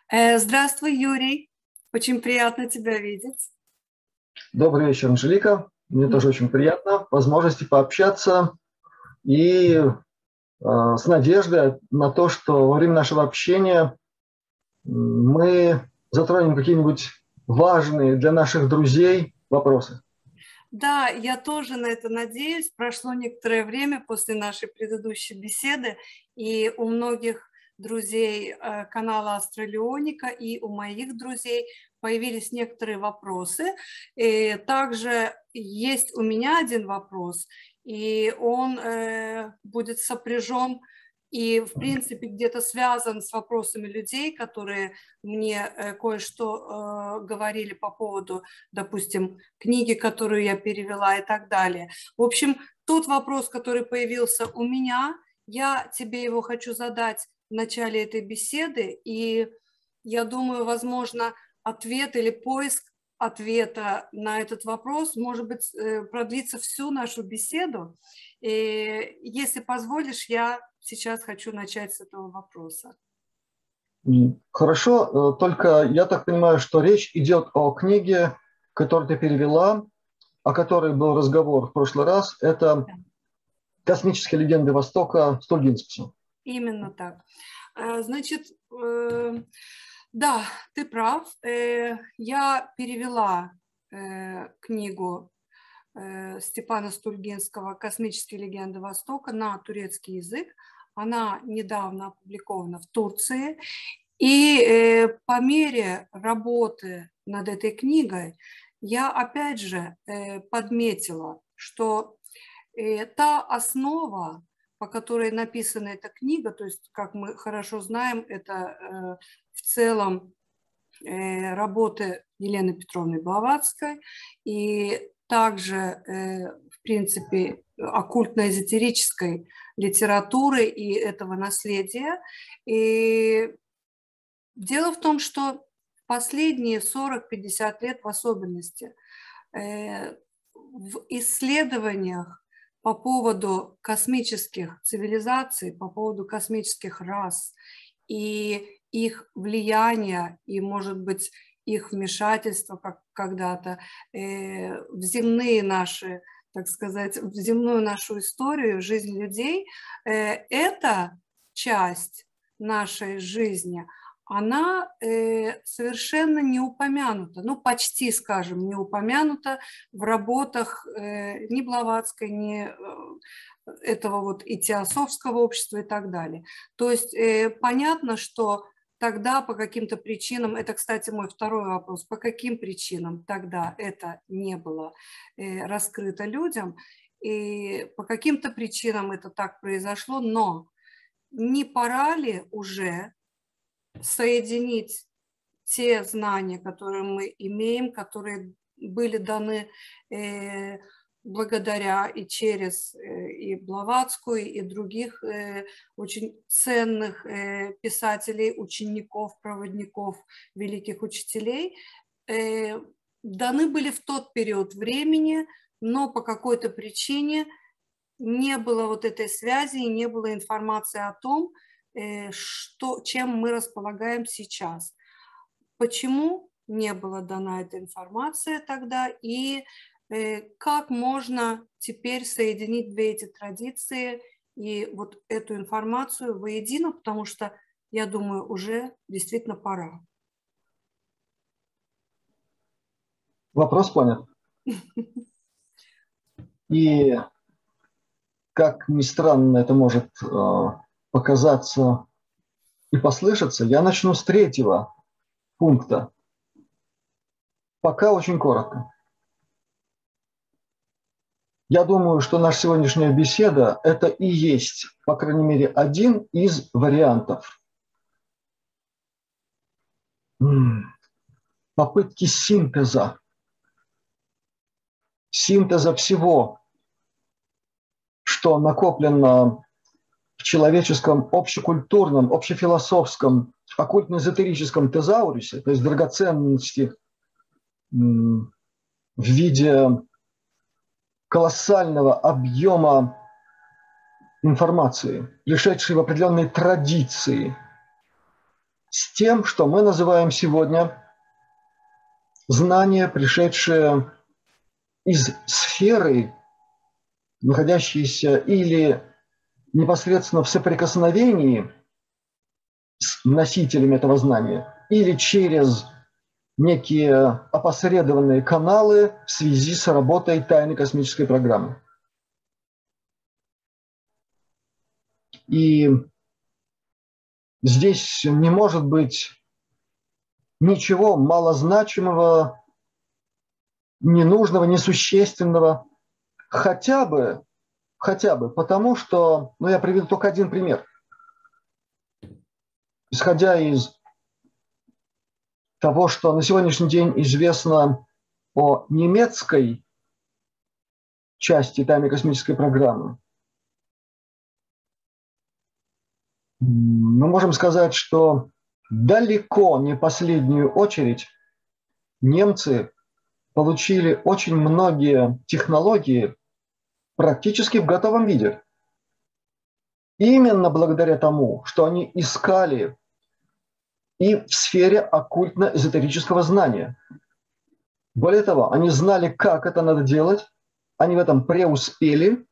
Здравствуй, Юрий. Очень приятно тебя видеть. Добрый вечер, Анжелика. Мне тоже очень приятно возможности пообщаться и с надеждой на то, что во время нашего общения мы затронем какие-нибудь важные для наших друзей вопросы. Да, я тоже на это надеюсь. Прошло некоторое время после нашей предыдущей беседы, и у многих друзей канала Астралионика и у моих друзей появились некоторые вопросы. И также есть у меня один вопрос, и он будет сопряжен и, в принципе, где-то связан с вопросами людей, которые мне кое-что говорили по поводу, допустим, книги, которую я перевела и так далее. В общем, тот вопрос, который появился у меня, я тебе его хочу задать в начале этой беседы, и я думаю, возможно, ответ или поиск ответа на этот вопрос, может быть, продлится всю нашу беседу. И если позволишь, я сейчас хочу начать с этого вопроса. Хорошо, только я так понимаю, что речь идет о книге, которую ты перевела, о которой был разговор в прошлый раз. Это «Космические легенды Востока» Стульгинского. Именно так. Значит, да, ты прав. Я перевела книгу Степана Стульгинского «Космические легенды Востока» на турецкий язык. Она недавно опубликована в Турции. И по мере работы над этой книгой я опять же подметила, что та основа, по которой написана эта книга, то есть, как мы хорошо знаем, это в целом работы Елены Петровны Блаватской и также, в принципе, оккультно-эзотерической литературы и этого наследия. И дело в том, что в последние 40-50 лет в особенности в исследованиях по поводу космических цивилизаций, по поводу космических рас и их влияния, и, может быть, их вмешательство как когда-то в земные наши, так сказать, в земную нашу историю, в жизнь людей, эта часть нашей жизни, она совершенно не упомянута, ну почти, скажем, не упомянута в работах ни Блаватской, ни этого вот и теософского общества и так далее. То есть понятно, что тогда по каким-то причинам, это, кстати, мой второй вопрос, по каким причинам тогда это не было раскрыто людям, и по каким-то причинам это так произошло, но не пора ли уже соединить те знания, которые мы имеем, которые были даны благодаря и через и Блаватскую, и других очень ценных писателей, учеников, проводников, великих учителей, даны были в тот период времени, но по какой-то причине не было вот этой связи и не было информации о том, чем мы располагаем сейчас. Почему не была дана эта информация тогда и как можно теперь соединить две эти традиции и вот эту информацию воедино, потому что, я думаю, уже действительно пора. Вопрос понят. И как ни странно это может показаться и послышаться, я начну с третьего пункта. Пока очень коротко. Я думаю, что наша сегодняшняя беседа – это и есть, по крайней мере, один из вариантов попытки синтеза всего, что накоплено в человеческом общекультурном, общефилософском, оккультно-эзотерическом тезаурусе, то есть драгоценности в виде колоссального объема информации, пришедшей в определенные традиции, с тем, что мы называем сегодня знания, пришедшие из сферы, находящиеся или непосредственно в соприкосновении с носителями этого знания, или через некие опосредованные каналы в связи с работой тайной космической программы. И здесь не может быть ничего малозначимого, ненужного, несущественного, хотя бы потому, что, я приведу только один пример. Исходя из того, что на сегодняшний день известно о немецкой части тайной космической программы, мы можем сказать, что далеко не последнюю очередь немцы получили очень многие технологии практически в готовом виде. Именно благодаря тому, что они искали и в сфере оккультно-эзотерического знания. Более того, они знали, как это надо делать, они в этом преуспели,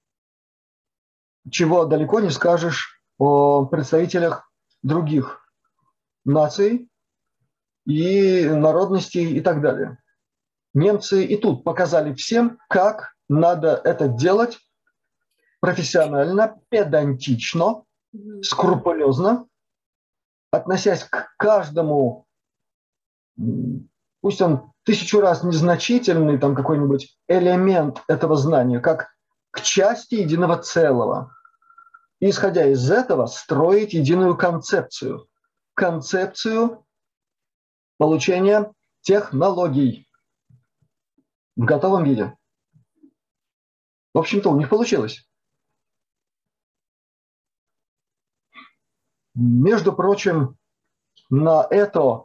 чего далеко не скажешь о представителях других наций и народностей и так далее. Немцы и тут показали всем, как надо это делать профессионально, педантично, скрупулезно, относясь к каждому, пусть он 1000 раз незначительный, там какой-нибудь элемент этого знания, как к части единого целого. И, исходя из этого, строить единую концепцию. Концепцию получения технологий в готовом виде. В общем-то, у них получилось. Между прочим, на это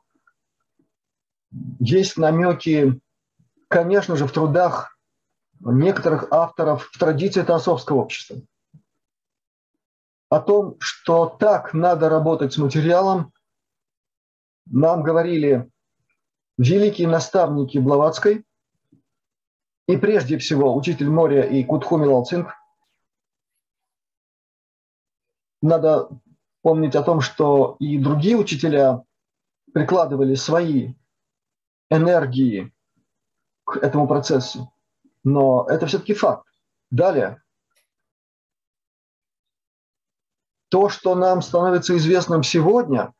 есть намеки, конечно же, в трудах некоторых авторов в традиции теософского общества. О том, что так надо работать с материалом, нам говорили великие наставники Блаватской и прежде всего учитель Моря и Кутхуми Лалцинг. Надо помнить о том, что и другие учителя прикладывали свои энергии к этому процессу. Но это все-таки факт. Далее. То, что нам становится известным сегодня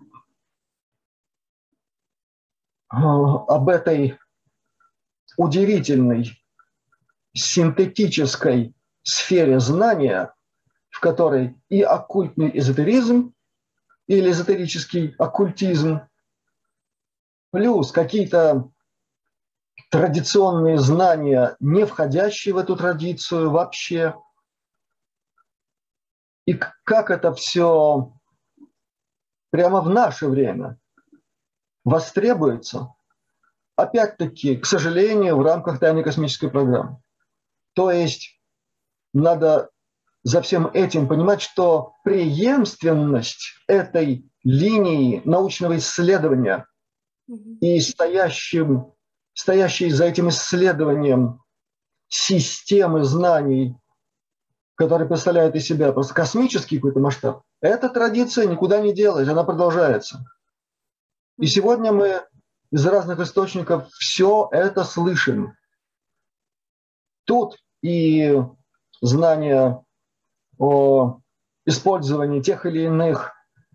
об этой удивительной синтетической сфере знания, в которой и оккультный эзотеризм, или эзотерический оккультизм, плюс какие-то традиционные знания, не входящие в эту традицию вообще, и как это все прямо в наше время востребуется, опять-таки, к сожалению, в рамках тайной космической программы. То есть надо за всем этим понимать, что преемственность этой линии научного исследования и стоящей за этим исследованием системы знаний, которые представляют из себя просто космический какой-то масштаб, эта традиция никуда не делась, она продолжается. И сегодня мы из разных источников все это слышим. Тут и знания о использовании тех или иных,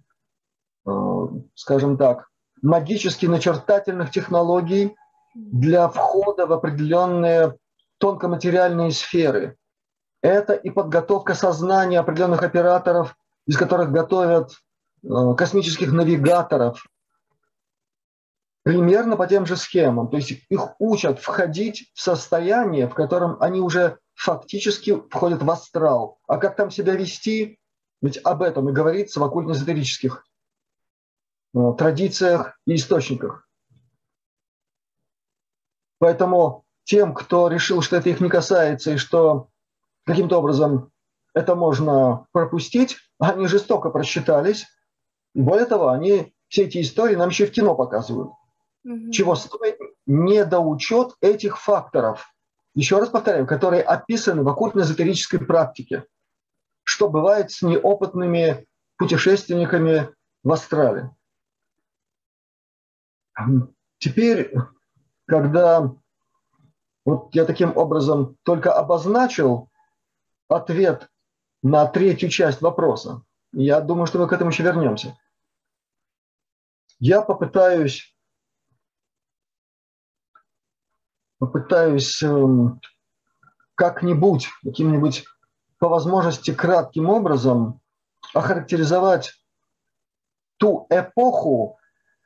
скажем так, магически начертательных технологий для входа в определенные тонкоматериальные сферы. Это и подготовка сознания определенных операторов, из которых готовят космических навигаторов, примерно по тем же схемам. То есть их учат входить в состояние, в котором они уже фактически входят в астрал. А как там себя вести, ведь об этом и говорится в оккультно-эзотерических традициях и источниках. Поэтому тем, кто решил, что это их не касается и что каким-то образом это можно пропустить, они жестоко просчитались. И более того, они все эти истории нам еще в кино показывают. Чего стоит недоучет этих факторов, еще раз повторяю, которые описаны в оккультно-эзотерической практике, что бывает с неопытными путешественниками в астрале. Теперь, когда вот я таким образом только обозначил ответ на третью часть вопроса, я думаю, что мы к этому еще вернемся. Я попытаюсь как-нибудь, каким-нибудь по возможности кратким образом охарактеризовать ту эпоху,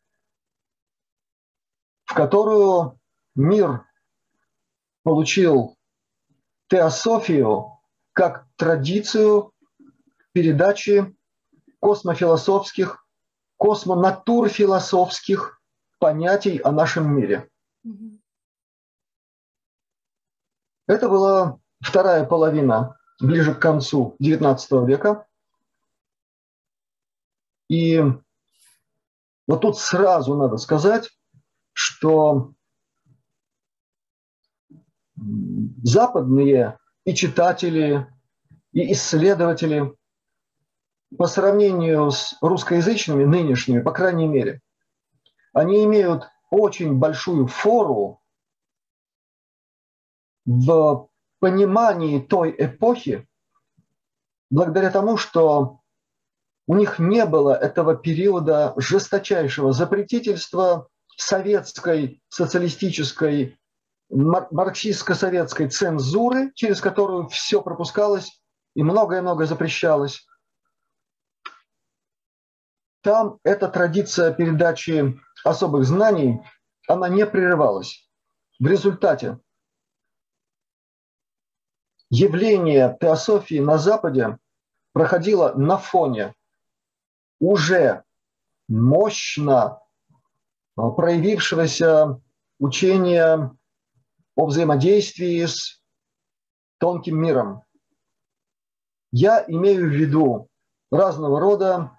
в которую мир получил теософию как традицию передачи космофилософских, космонатурфилософских понятий о нашем мире. Это была вторая половина, ближе к концу XIX века. И вот тут сразу надо сказать, что западные и читатели, и исследователи по сравнению с русскоязычными нынешними, по крайней мере, они имеют очень большую фору в понимании той эпохи, благодаря тому, что у них не было этого периода жесточайшего запретительства советской, социалистической, марксистско-советской цензуры, через которую все пропускалось и многое-многое запрещалось. Там эта традиция передачи особых знаний, она не прерывалась. В результате явление теософии на Западе проходило на фоне уже мощно проявившегося учения о взаимодействии с тонким миром. Я имею в виду разного рода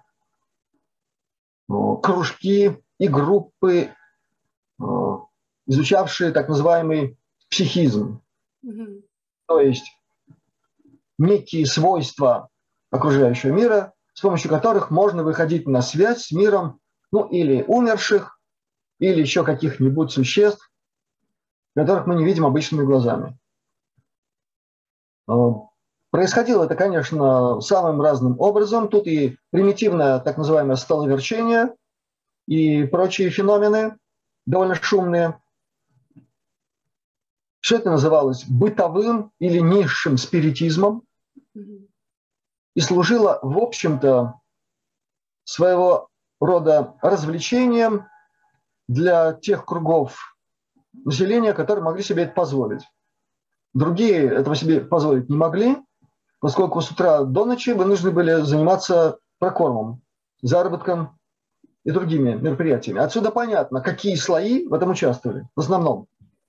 кружки и группы, изучавшие так называемый психизм, то есть некие свойства окружающего мира, с помощью которых можно выходить на связь с миром, ну или умерших, или еще каких-нибудь существ, которых мы не видим обычными глазами. Происходило это, конечно, самым разным образом. Тут и примитивное так называемое столоверчение, и прочие феномены довольно шумные. Все это называлось бытовым или низшим спиритизмом и служило, в общем-то, своего рода развлечением для тех кругов населения, которые могли себе это позволить. Другие этого себе позволить не могли, поскольку с утра до ночи вынуждены были заниматься прокормом, заработком и другими мероприятиями. Отсюда понятно, какие слои в этом участвовали в основном.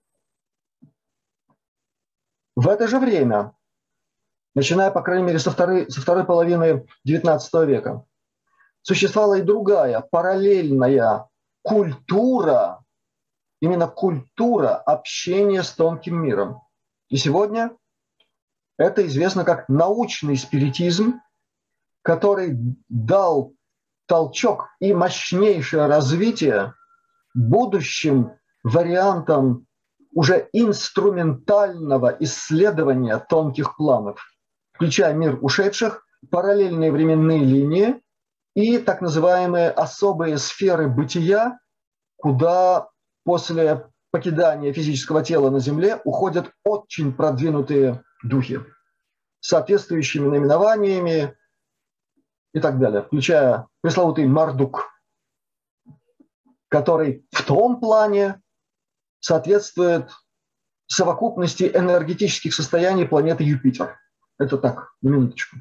В это же время, начиная, по крайней мере, со второй половины XIX века, существовала и другая параллельная культура, именно культура общения с тонким миром. И сегодня это известно как научный спиритизм, который дал толчок и мощнейшее развитие будущим вариантам уже инструментального исследования тонких планов, включая мир ушедших, параллельные временные линии и так называемые особые сферы бытия, куда после покидания физического тела на Земле уходят очень продвинутые духи с соответствующими наименованиями и так далее, включая пресловутый Мардук, который в том плане соответствует совокупности энергетических состояний планеты Юпитер. Это так, на минуточку.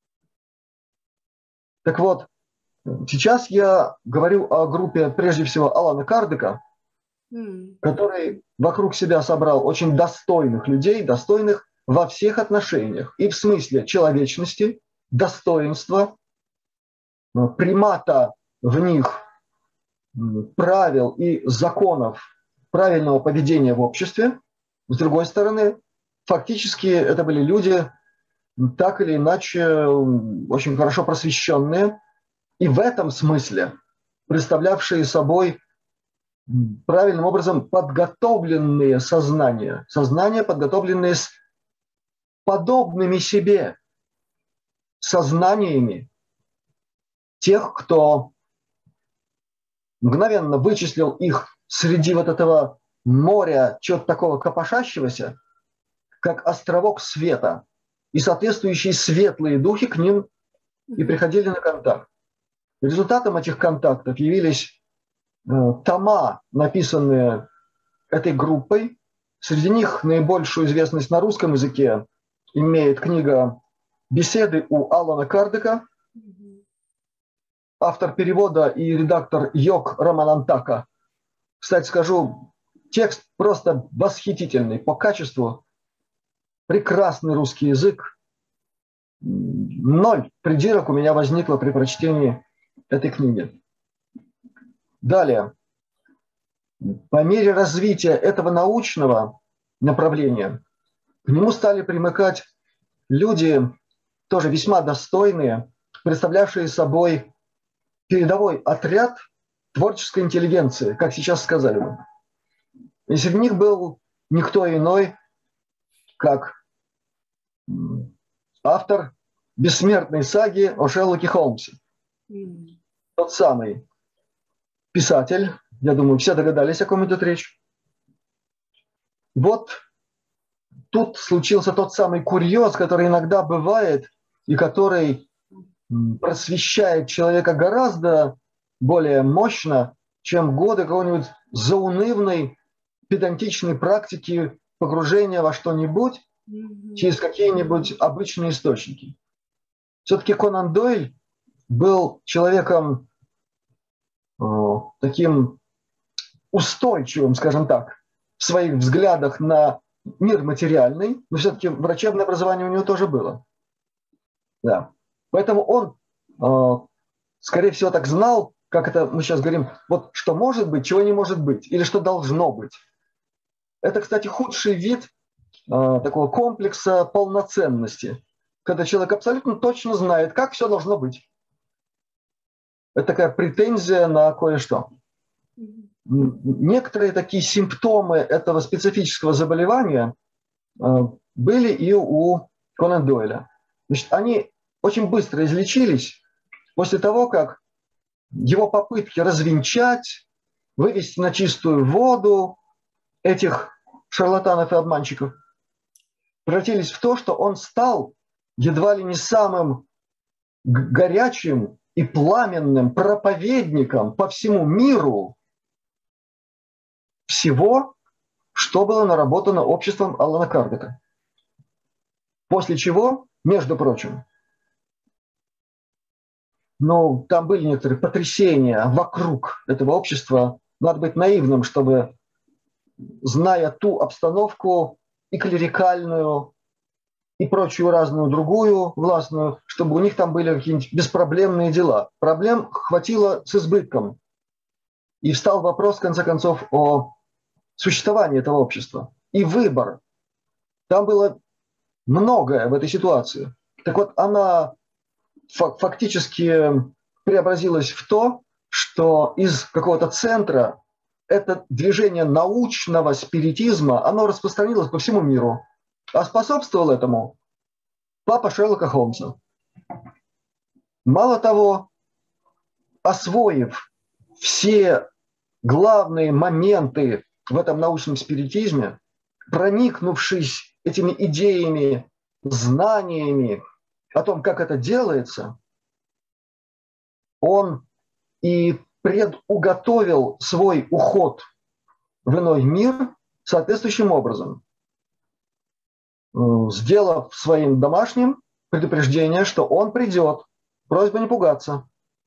Так вот, сейчас я говорю о группе, прежде всего, Алана Кардека, который вокруг себя собрал очень достойных людей, достойных во всех отношениях. И в смысле человечности, достоинства, примата в них правил и законов правильного поведения в обществе. С другой стороны, фактически это были люди, так или иначе, очень хорошо просвещенные, и в этом смысле представлявшие собой правильным образом подготовленные сознания, подготовленные с подобными себе сознаниями тех, кто мгновенно вычислил их среди вот этого моря чего-то такого копошащегося, как островок света, и соответствующие светлые духи к ним и приходили на контакт. Результатом этих контактов явились тома, написанные этой группой. Среди них наибольшую известность на русском языке имеет книга «Беседы у Алана Кардека», автор перевода и редактор Йог Раманантака. Кстати, скажу, текст просто восхитительный по качеству, прекрасный русский язык. 0 придирок у меня возникло при прочтении этой книги. Далее. По мере развития этого научного направления к нему стали примыкать люди, тоже весьма достойные, представлявшие собой передовой отряд творческой интеллигенции, как сейчас сказали бы. И среди них был никто иной, как автор бессмертной саги о Шерлоке Холмсе. Тот самый писатель, я думаю, все догадались, о ком идет речь. Вот тут случился тот самый курьез, который иногда бывает и который просвещает человека гораздо более мощно, чем годы какой-нибудь заунывной, педантичной практики погружения во что-нибудь через какие-нибудь обычные источники. Все-таки Конан Дойль был человеком таким устойчивым, скажем так, в своих взглядах на мир материальный, но все-таки врачебное образование у него тоже было. Да. Поэтому он, скорее всего, так знал, как это мы сейчас говорим, вот что может быть, чего не может быть, или что должно быть. Это, кстати, худший вид такого комплекса полноценности, когда человек абсолютно точно знает, как все должно быть. Это такая претензия на кое-что. Некоторые такие симптомы этого специфического заболевания были и у Конана Дойля. Значит, они очень быстро излечились после того, как его попытки развенчать, вывести на чистую воду этих шарлатанов и обманщиков превратились в то, что он стал едва ли не самым горячим и пламенным проповедником по всему миру всего, что было наработано обществом Алана Кардека. После чего, между прочим, там были некоторые потрясения вокруг этого общества. Надо быть наивным, чтобы, зная ту обстановку и клерикальную, и прочую разную другую властную, чтобы у них там были какие-нибудь беспроблемные дела. Проблем хватило с избытком. И встал вопрос, в конце концов, о существовании этого общества. И выбор. Там было многое в этой ситуации. Так вот, она фактически преобразилась в то, что из какого-то центра это движение научного спиритизма, оно распространилось по всему миру. А способствовал этому папа Шерлока Холмса. Мало того, освоив все главные моменты в этом научном спиритизме, проникнувшись этими идеями, знаниями о том, как это делается, он и предуготовил свой уход в иной мир соответствующим образом, сделав своим домашним предупреждение, что он придет, просьба не пугаться.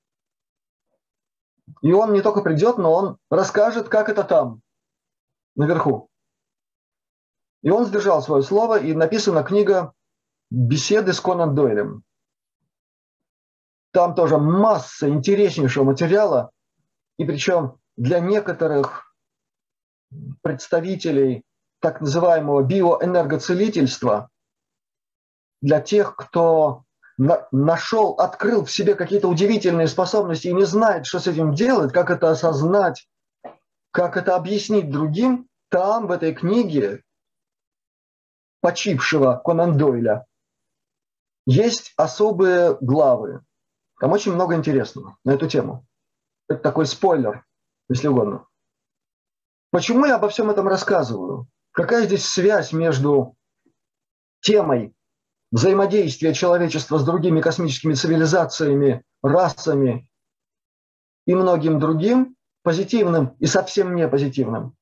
И он не только придет, но он расскажет, как это там, наверху. И он сдержал свое слово, и написана книга «Беседы с Конан Дойлем». Там тоже масса интереснейшего материала, И причем для некоторых представителей так называемого биоэнергоцелительства, для тех, кто нашел, открыл в себе какие-то удивительные способности и не знает, что с этим делать, как это осознать, как это объяснить другим, там, в этой книге почившего Конан Дойля, есть особые главы. Там очень много интересного на эту тему. Это такой спойлер, если угодно. Почему я обо всем этом рассказываю? Какая здесь связь между темой взаимодействия человечества с другими космическими цивилизациями, расами и многим другим, позитивным и совсем не позитивным,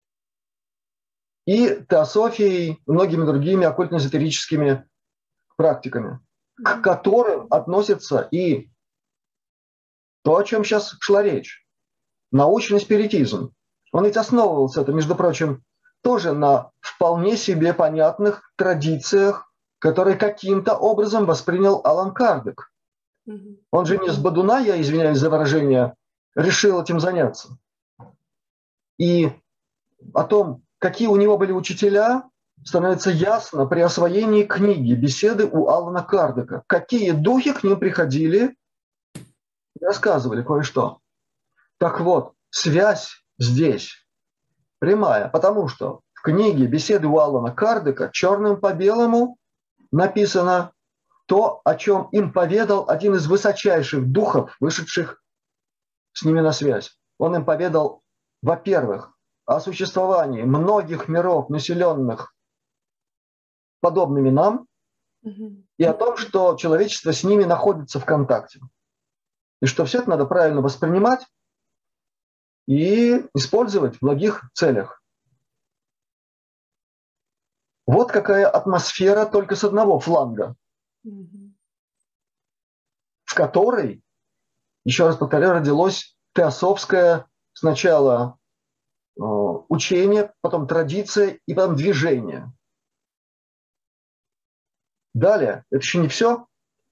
и теософией, и многими другими оккультно-эзотерическими практиками, к которым относится и то, о чем сейчас шла речь, научный спиритизм. Он ведь основывался, это, между прочим, тоже на вполне себе понятных традициях, которые каким-то образом воспринял Алан Кардек. Он же не с бодуна, я извиняюсь за выражение, решил этим заняться. И о том, какие у него были учителя, становится ясно при освоении книги «Беседы у Алана Кардека». Какие духи к ним приходили, рассказывали кое-что. Так вот, связь здесь прямая, потому что в книге «Беседы у Алана Кардека» черным по белому написано то, о чем им поведал один из высочайших духов, вышедших с ними на связь. Он им поведал, во-первых, о существовании многих миров, населенных подобными нам, и о том, что человечество с ними находится в контакте. И что все это надо правильно воспринимать и использовать в благих целях. Вот какая атмосфера только с одного фланга, в которой, еще раз повторяю, родилось теософское сначала учение, потом традиция и потом движение. Далее, это еще не все.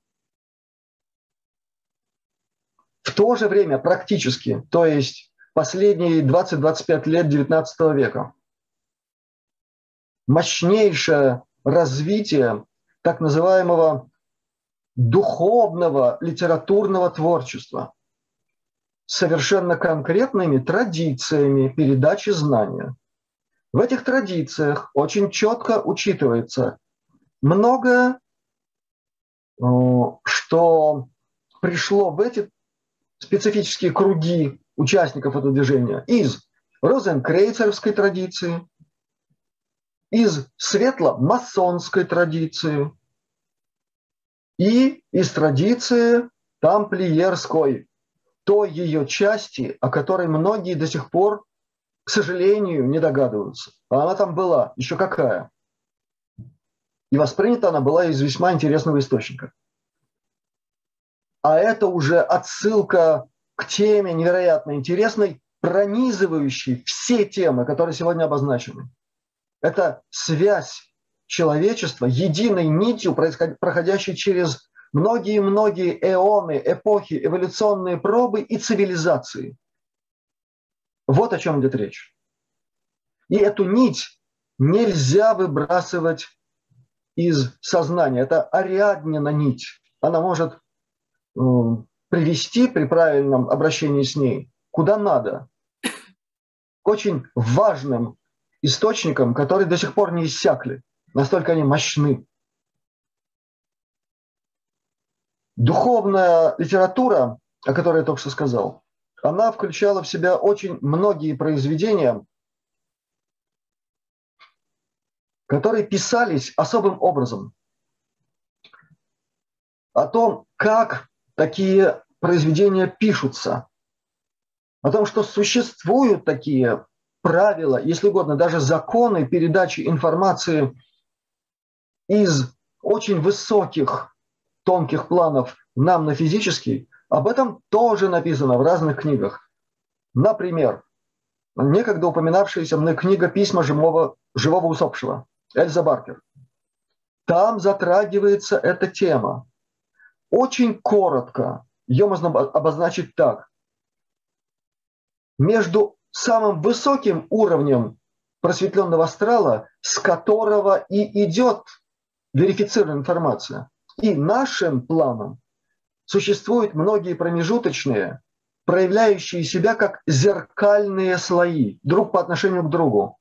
В то же время практически, то есть последние 20-25 лет XIX века, мощнейшее развитие так называемого духовного литературного творчества с совершенно конкретными традициями передачи знания. В этих традициях очень четко учитывается многое, что пришло в эти специфические круги участников этого движения из розенкрейцеровской традиции, из светло-масонской традиции и из традиции тамплиерской, той ее части, о которой многие до сих пор, к сожалению, не догадываются. А она там была, еще какая. И воспринята она была из весьма интересного источника. А это уже отсылка к теме невероятно интересной, пронизывающей все темы, которые сегодня обозначены. Это связь человечества единой нитью, проходящей через многие-многие эоны, эпохи, эволюционные пробы и цивилизации. Вот о чем идет речь. И эту нить нельзя выбрасывать из сознания. Это Ариаднина нить. Она может привести при правильном обращении с ней куда надо. К очень важным источникам, которые до сих пор не иссякли. Настолько они мощны. Духовная литература, о которой я только что сказал, она включала в себя очень многие произведения, которые писались особым образом. О том, как такие произведения пишутся, о том, что существуют такие правила, если угодно, даже законы передачи информации из очень высоких, тонких планов нам на физический, об этом тоже написано в разных книгах. Например, некогда упоминавшаяся мной книга «Письма живого усопшего» Эльза Баркер. Там затрагивается эта тема. Очень коротко ее можно обозначить так. между самым высоким уровнем просветленного астрала, с которого и идет верифицированная информация, и нашим планом существуют многие промежуточные, проявляющие себя как зеркальные слои, друг по отношению к другу.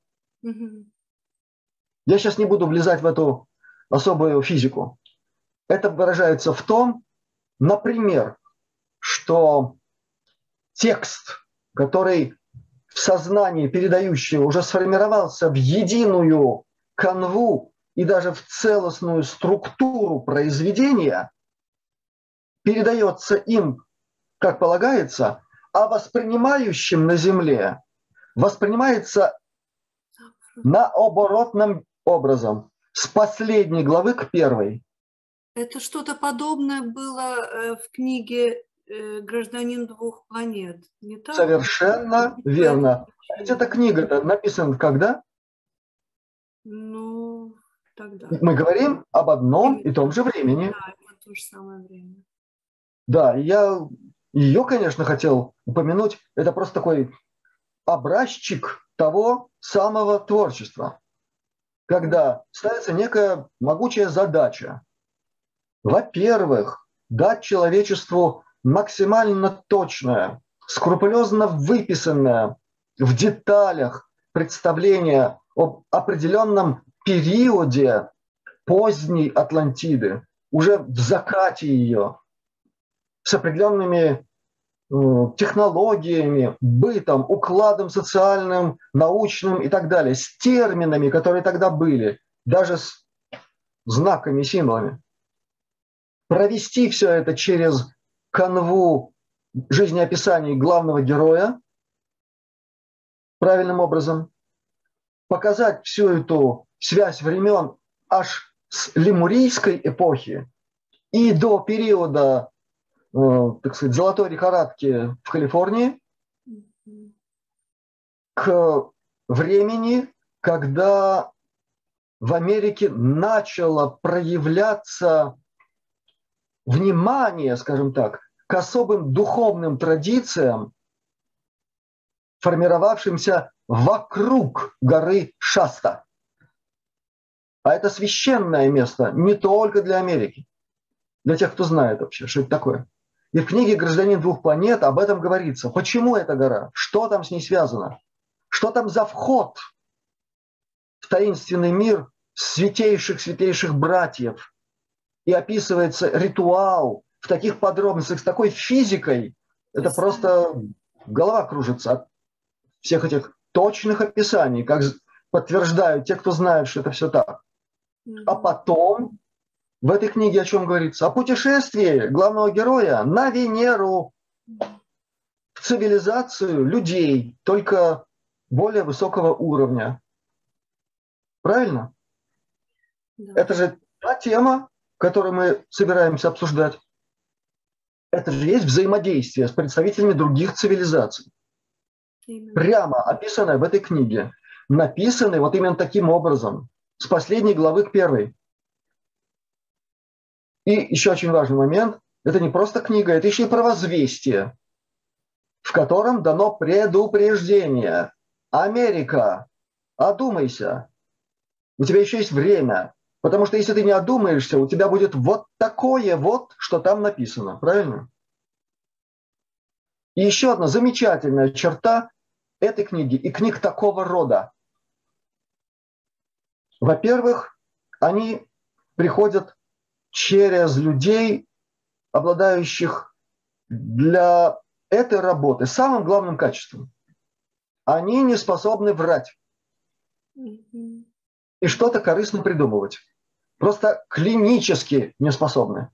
Я сейчас не буду влезать в эту особую физику. Это выражается в том, например, что текст, который в сознании передающего уже сформировался в единую канву и даже в целостную структуру произведения, передается им, как полагается, а воспринимающим на Земле воспринимается наоборотным образом, с последней главы к первой. Это что-то подобное было в книге «Гражданин двух планет», не так? Совершенно верно. Эта книга-то написана когда? Ну, тогда. Мы говорим об одном и том же времени. Да, это то же самое время. Да, я ее, конечно, хотел упомянуть. Это просто такой образчик того самого творчества, когда ставится некая могучая задача. Во-первых, дать человечеству максимально точное, скрупулезно выписанное в деталях представление об определенном периоде поздней Атлантиды, уже в закате ее, с определенными технологиями, бытом, укладом социальным, научным и так далее, с терминами, которые тогда были, даже с знаками, символами. Провести все это через канву жизнеописаний главного героя правильным образом, показать всю эту связь времен аж с лемурийской эпохи и до периода, так сказать, золотой лихорадки в Калифорнии, к времени, когда в Америке начало проявляться внимание, скажем так, к особым духовным традициям, формировавшимся вокруг горы Шаста. А это священное место не только для Америки, для тех, кто знает вообще, что это такое. И в книге «Гражданин двух планет» об этом говорится. Почему эта гора? Что там с ней связано? Что там за вход в таинственный мир святейших братьев? И описывается ритуал в таких подробностях, с такой физикой. Это просто голова кружится от всех этих точных описаний, как подтверждают те, кто знают, что это все так. А потом в этой книге о чем говорится? О путешествии главного героя на Венеру, в цивилизацию людей, только более высокого уровня. Правильно? Да. Это же та тема, которую мы собираемся обсуждать. Это же есть взаимодействие с представителями других цивилизаций. Прямо описанное в этой книге. Написанное вот именно таким образом, с последней главы к первой. И еще очень важный момент. Это не просто книга, это еще и провозвестие, в котором дано предупреждение. Америка, одумайся. У тебя еще есть время. Потому что если ты не одумаешься, у тебя будет вот такое вот, что там написано. Правильно? И еще одна замечательная черта этой книги и книг такого рода. Во-первых, они приходят через людей, обладающих для этой работы самым главным качеством. Они не способны врать и что-то корыстно придумывать. Просто клинически не способны.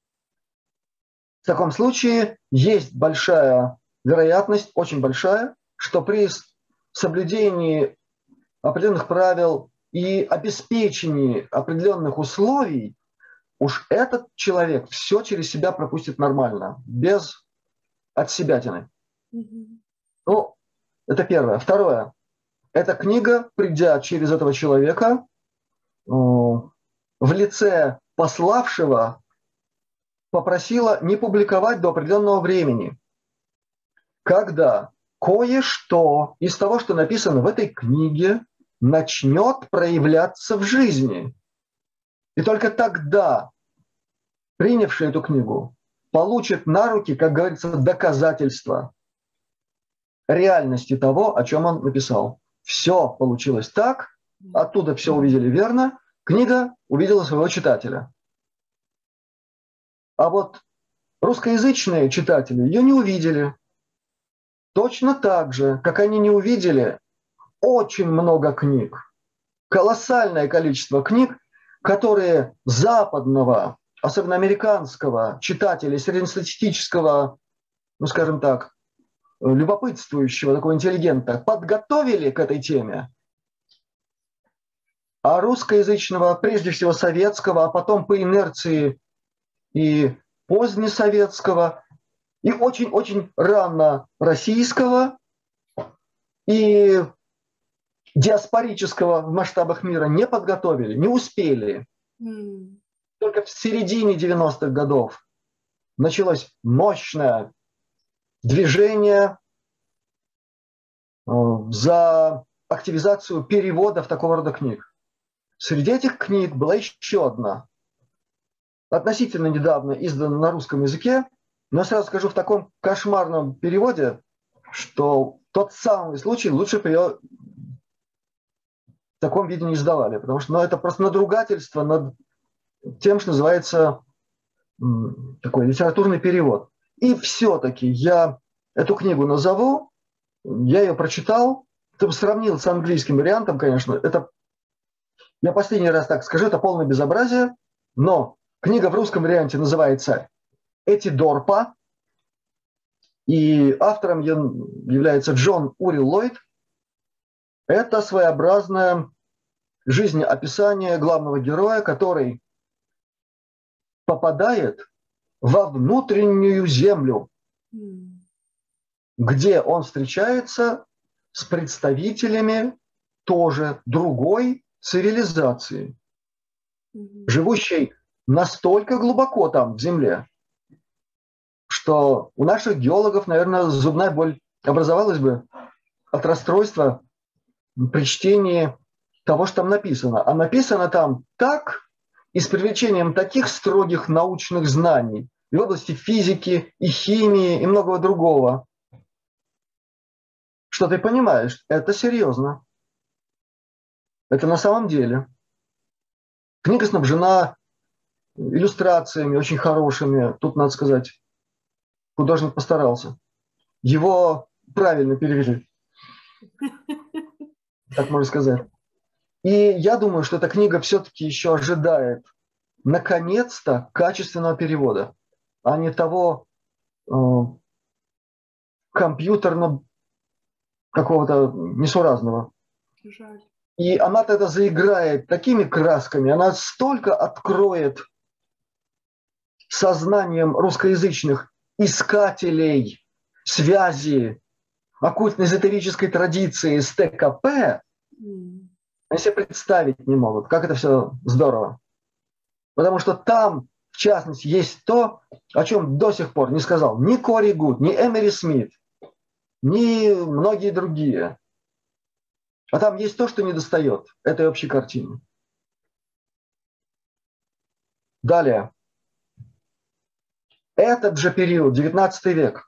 В таком случае есть большая вероятность, очень большая, что при соблюдении определенных правил и обеспечении определенных условий уж этот человек все через себя пропустит нормально, без отсебятины. Ну, это первое. Второе. Эта книга, придя через этого человека, в лице пославшего, попросила не публиковать до определенного времени, когда кое-что из того, что написано в этой книге, начнет проявляться в жизни. И только тогда принявший эту книгу получит на руки, как говорится, доказательства реальности того, о чем он написал. Все получилось так, оттуда все увидели верно, книга увидела своего читателя. А вот русскоязычные читатели ее не увидели. Точно так же, как они не увидели очень много книг, колоссальное количество книг, которые западного, особенно американского читателя, среднестатистического, ну скажем так, любопытствующего, такого интеллигента, подготовили к этой теме, а русскоязычного, прежде всего советского, а потом по инерции и позднесоветского, и очень-очень рано российского, и диаспорического в масштабах мира не подготовили, не успели. Только в середине 90-х годов началось мощное движение за активизацию переводов такого рода книг. Среди этих книг была еще одна, относительно недавно издана на русском языке, но сразу скажу, в таком кошмарном переводе, что тот самый случай лучше бы ее в таком виде не издавали, потому что это просто надругательство над тем, что называется такой литературный перевод. И все-таки я эту книгу назову, я ее прочитал, ты бы сравнил с английским вариантом, конечно, это, я последний раз так скажу, это полное безобразие, но книга в русском варианте называется «Этидорпа», и автором является Джон Урил Ллойд. Это своеобразное жизнеописание главного героя, который попадает во внутреннюю землю, где он встречается с представителями тоже другой цивилизации, живущей настолько глубоко там, в земле, что у наших геологов, наверное, зубная боль образовалась бы от расстройства при чтении того, что там написано. А написано там так и с привлечением таких строгих научных знаний в области физики и химии и многого другого, что ты понимаешь, это серьезно. Это на самом деле. Книга снабжена иллюстрациями очень хорошими. Тут, надо сказать, художник постарался. Его правильно перевели, так можно сказать. И я думаю, что эта книга все-таки еще ожидает, наконец-то, качественного перевода, а не того компьютерного какого-то несуразного. Жаль. И она тогда заиграет такими красками, она столько откроет сознанием русскоязычных искателей связи оккультно-эзотерической традиции с ТКП, они себе представить не могут, как это все здорово. Потому что там, в частности, есть то, о чем до сих пор не сказал ни Кори Гуд, ни Эмери Смит, ни многие другие. А там есть то, что недостает этой общей картины. Далее. Этот же период, 19 век,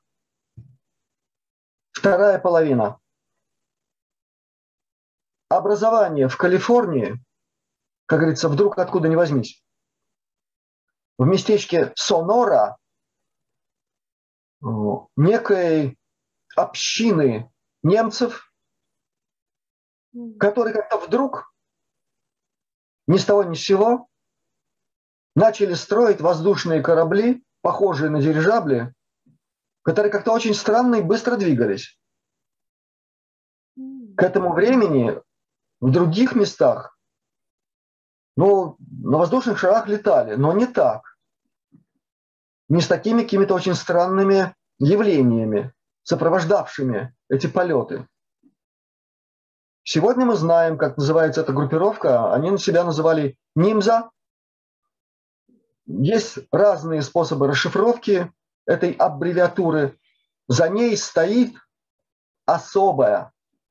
вторая половина. Образование в Калифорнии, как говорится, вдруг откуда ни возьмись. В местечке Сонора некой общины немцев, которые как-то вдруг ни с того ни с сего начали строить воздушные корабли, похожие на дирижабли, которые как-то очень странно и быстро двигались. К этому времени в других местах, на воздушных шарах летали, но не так. Не с такими какими-то очень странными явлениями, сопровождавшими эти полеты. Сегодня мы знаем, как называется эта группировка. Они себя называли нимза. Есть разные способы расшифровки этой аббревиатуры. За ней стоит особая,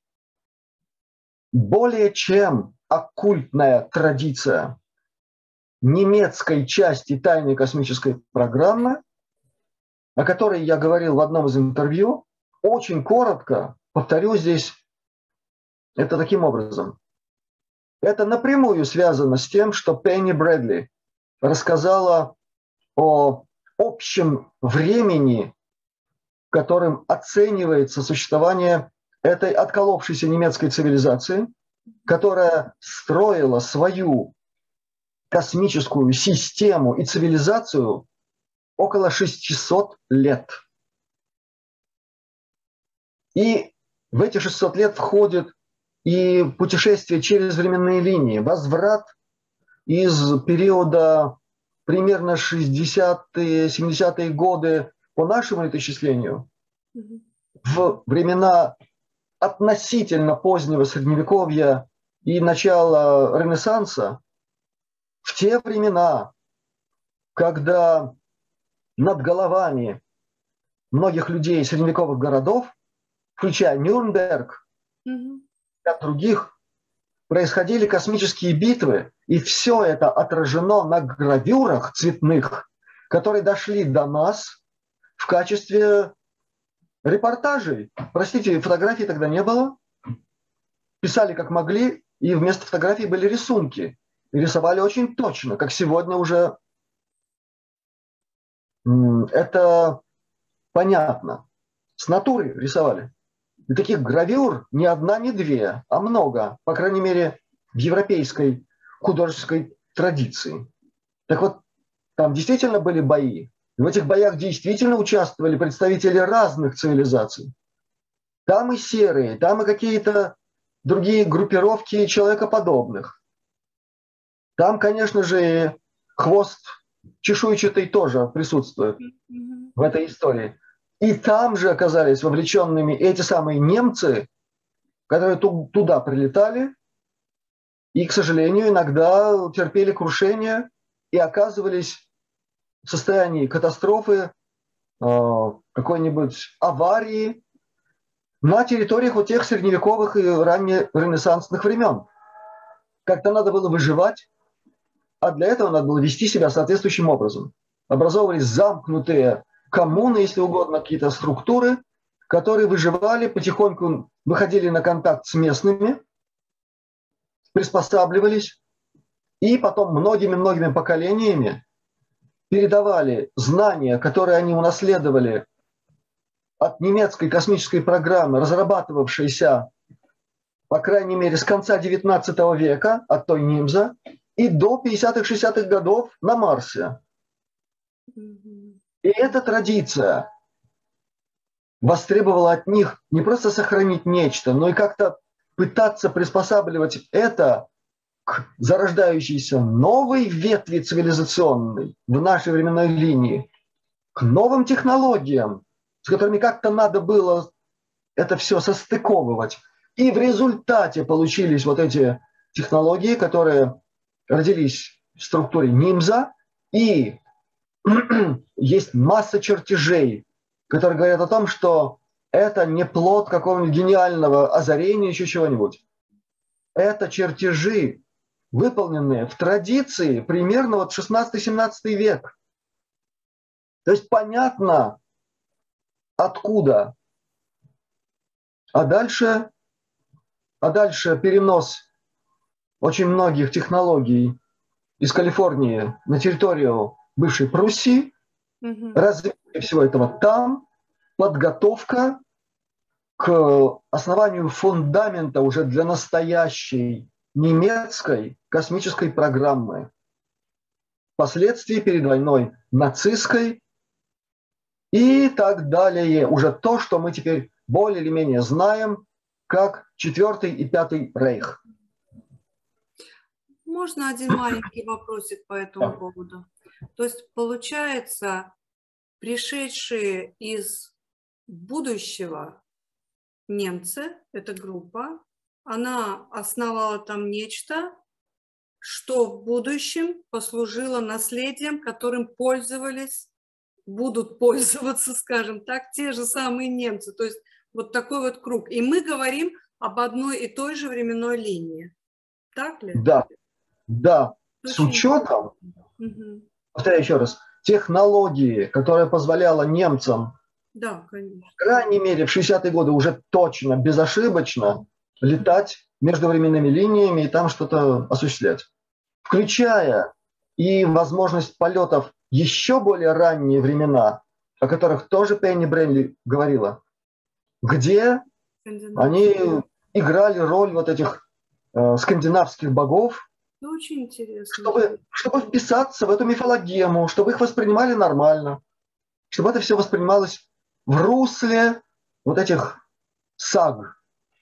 более чем оккультная традиция немецкой части тайной космической программы, о которой я говорил в одном из интервью. Очень коротко повторю здесь это таким образом. Это напрямую связано с тем, что Пенни Брэдли рассказала о общем времени, которым оценивается существование этой отколовшейся немецкой цивилизации, которая строила свою космическую систему и цивилизацию около 600 лет. И в эти 600 лет входит и путешествие через временные линии, возврат из периода примерно 60-е, 70-е годы по нашему летоисчислению в времена относительно позднего Средневековья и начала Ренессанса, в те времена, когда над головами многих людей средневековых городов, включая Нюрнберг и от других, происходили космические битвы, и все это отражено на гравюрах цветных, которые дошли до нас в качестве репортажей. Простите, фотографий тогда не было. Писали как могли, и вместо фотографий были рисунки. И рисовали очень точно, как сегодня уже это понятно. С натуры рисовали. И таких гравюр не одна, не две, а много, по крайней мере, в европейской художественской традиции. Так вот, там действительно были бои. И в этих боях действительно участвовали представители разных цивилизаций. Там и серые, там и какие-то другие группировки человекоподобных. Там, конечно же, и хвост чешуйчатый тоже присутствует в этой истории. И там же оказались вовлеченными эти самые немцы, которые туда прилетали и, к сожалению, иногда терпели крушение и оказывались в состоянии катастрофы, какой-нибудь аварии на территориях вот тех средневековых и раннеренессансных времен. Как-то надо было выживать, а для этого надо было вести себя соответствующим образом. Образовывались замкнутые коммуны, если угодно, какие-то структуры, которые выживали, потихоньку выходили на контакт с местными, приспосабливались и потом многими-многими поколениями передавали знания, которые они унаследовали от немецкой космической программы, разрабатывавшейся, по крайней мере, с конца XIX века, от той Нимза, и до 50-х, 60-х годов на Марсе. И эта традиция востребовала от них не просто сохранить нечто, но и как-то пытаться приспосабливать это к зарождающейся новой ветви цивилизационной в нашей временной линии, к новым технологиям, с которыми как-то надо было это все состыковывать. И в результате получились вот эти технологии, которые родились в структуре Нимза, и есть масса чертежей, которые говорят о том, что это не плод какого-нибудь гениального озарения, еще чего-нибудь. Это чертежи, выполненные в традиции примерно вот 16-17 век. То есть понятно, откуда. А дальше перенос очень многих технологий из Калифорнии на территорию бывшей Пруссии, развитие всего этого там, подготовка к основанию фундамента уже для настоящей немецкой космической программы. Впоследствии перед войной нацистской и так далее. Уже то, что мы теперь более или менее знаем, как 4-й и 5-й рейх. Можно один маленький вопросик по этому поводу? То есть, получается, пришедшие из будущего немцы, эта группа, она основала там нечто, что в будущем послужило наследием, которым пользовались, будут пользоваться, скажем так, те же самые немцы. То есть Вот такой вот круг. И мы говорим об одной и той же временной линии. Так ли? Да, да. С Очень учетом, Угу. повторяю еще раз, технологии, которая позволяла немцам, Да, конечно. по крайней мере, в 60-е годы уже точно, безошибочно летать между временными линиями и там что-то осуществлять. Включая и возможность полетов еще более ранние времена, о которых тоже Пенни Бренли говорила, где они играли роль вот этих скандинавских богов, очень интересно. чтобы вписаться в эту мифологему, чтобы их воспринимали нормально, чтобы это все воспринималось в русле вот этих саг.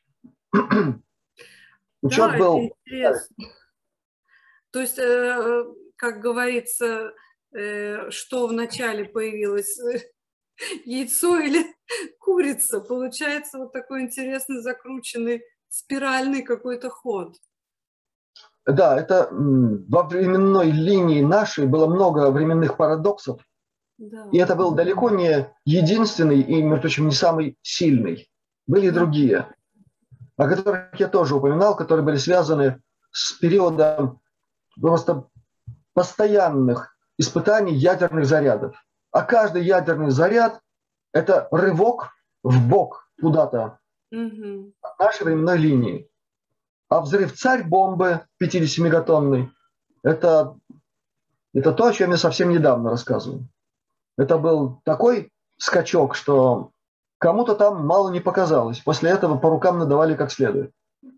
Учет был. Интересно. То есть, как говорится, что вначале появилось, яйцо или курица? Получается вот такой интересный закрученный спиральный какой-то ход. Да, это во временной линии нашей было много временных парадоксов. Да. И это был далеко не единственный и, между прочим, не самый сильный. Были и другие, о которых я тоже упоминал, которые были связаны с периодом просто постоянных испытаний ядерных зарядов. А каждый ядерный заряд – это рывок в бок куда-то от нашей временной линии. А взрыв царь-бомбы 50-мегатонный – это то, о чем я совсем недавно рассказывал. Это был такой скачок, что кому-то там мало не показалось. После этого по рукам надавали как следует.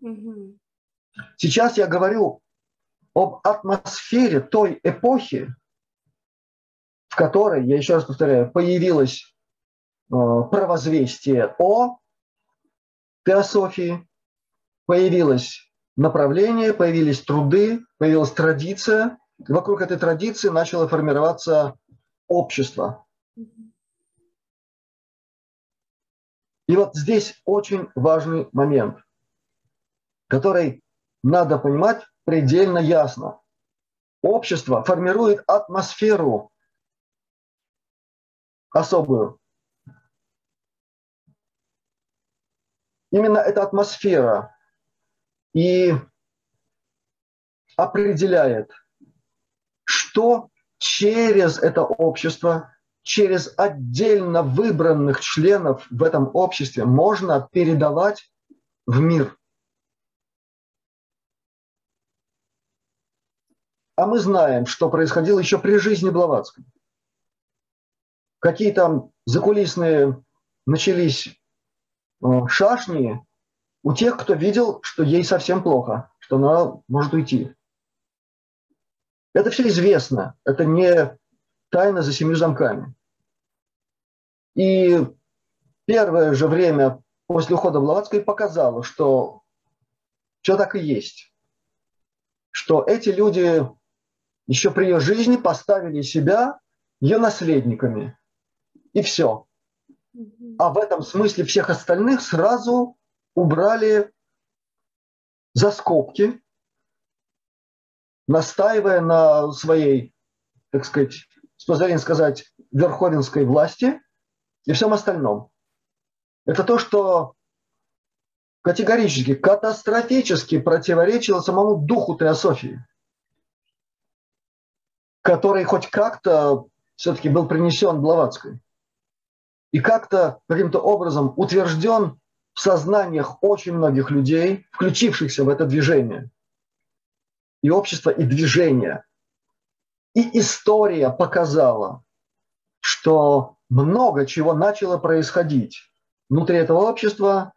Сейчас я говорю об атмосфере той эпохи, в которой, я еще раз повторяю, появилось провозвестие о теософии, появилось направление, появились труды, появилась традиция. И вокруг этой традиции начало формироваться общество. И вот здесь очень важный момент, который надо понимать предельно ясно. Общество формирует атмосферу особую. Именно эта атмосфера и определяет, что через это общество, через отдельно выбранных членов в этом обществе можно передавать в мир. А мы знаем, что происходило еще при жизни Блаватской. Какие там закулисные начались шашни у тех, кто видел, что ей совсем плохо, что она может уйти. Это все известно, это не тайна за 7 замками. И первое же время после ухода Блаватской показало, что все так и есть. Что эти люди еще при ее жизни поставили себя ее наследниками. И все. А в этом смысле всех остальных сразу убрали за скобки, настаивая на своей, так сказать, с позволения сказать, верховенской власти и всем остальном. Это то, что категорически, катастрофически противоречило самому духу теософии, который хоть как-то все-таки был принесен Блаватской и как-то каким-то образом утвержден в сознаниях очень многих людей, включившихся в это движение. И общество, и движение. И история показала, что много чего начало происходить внутри этого общества.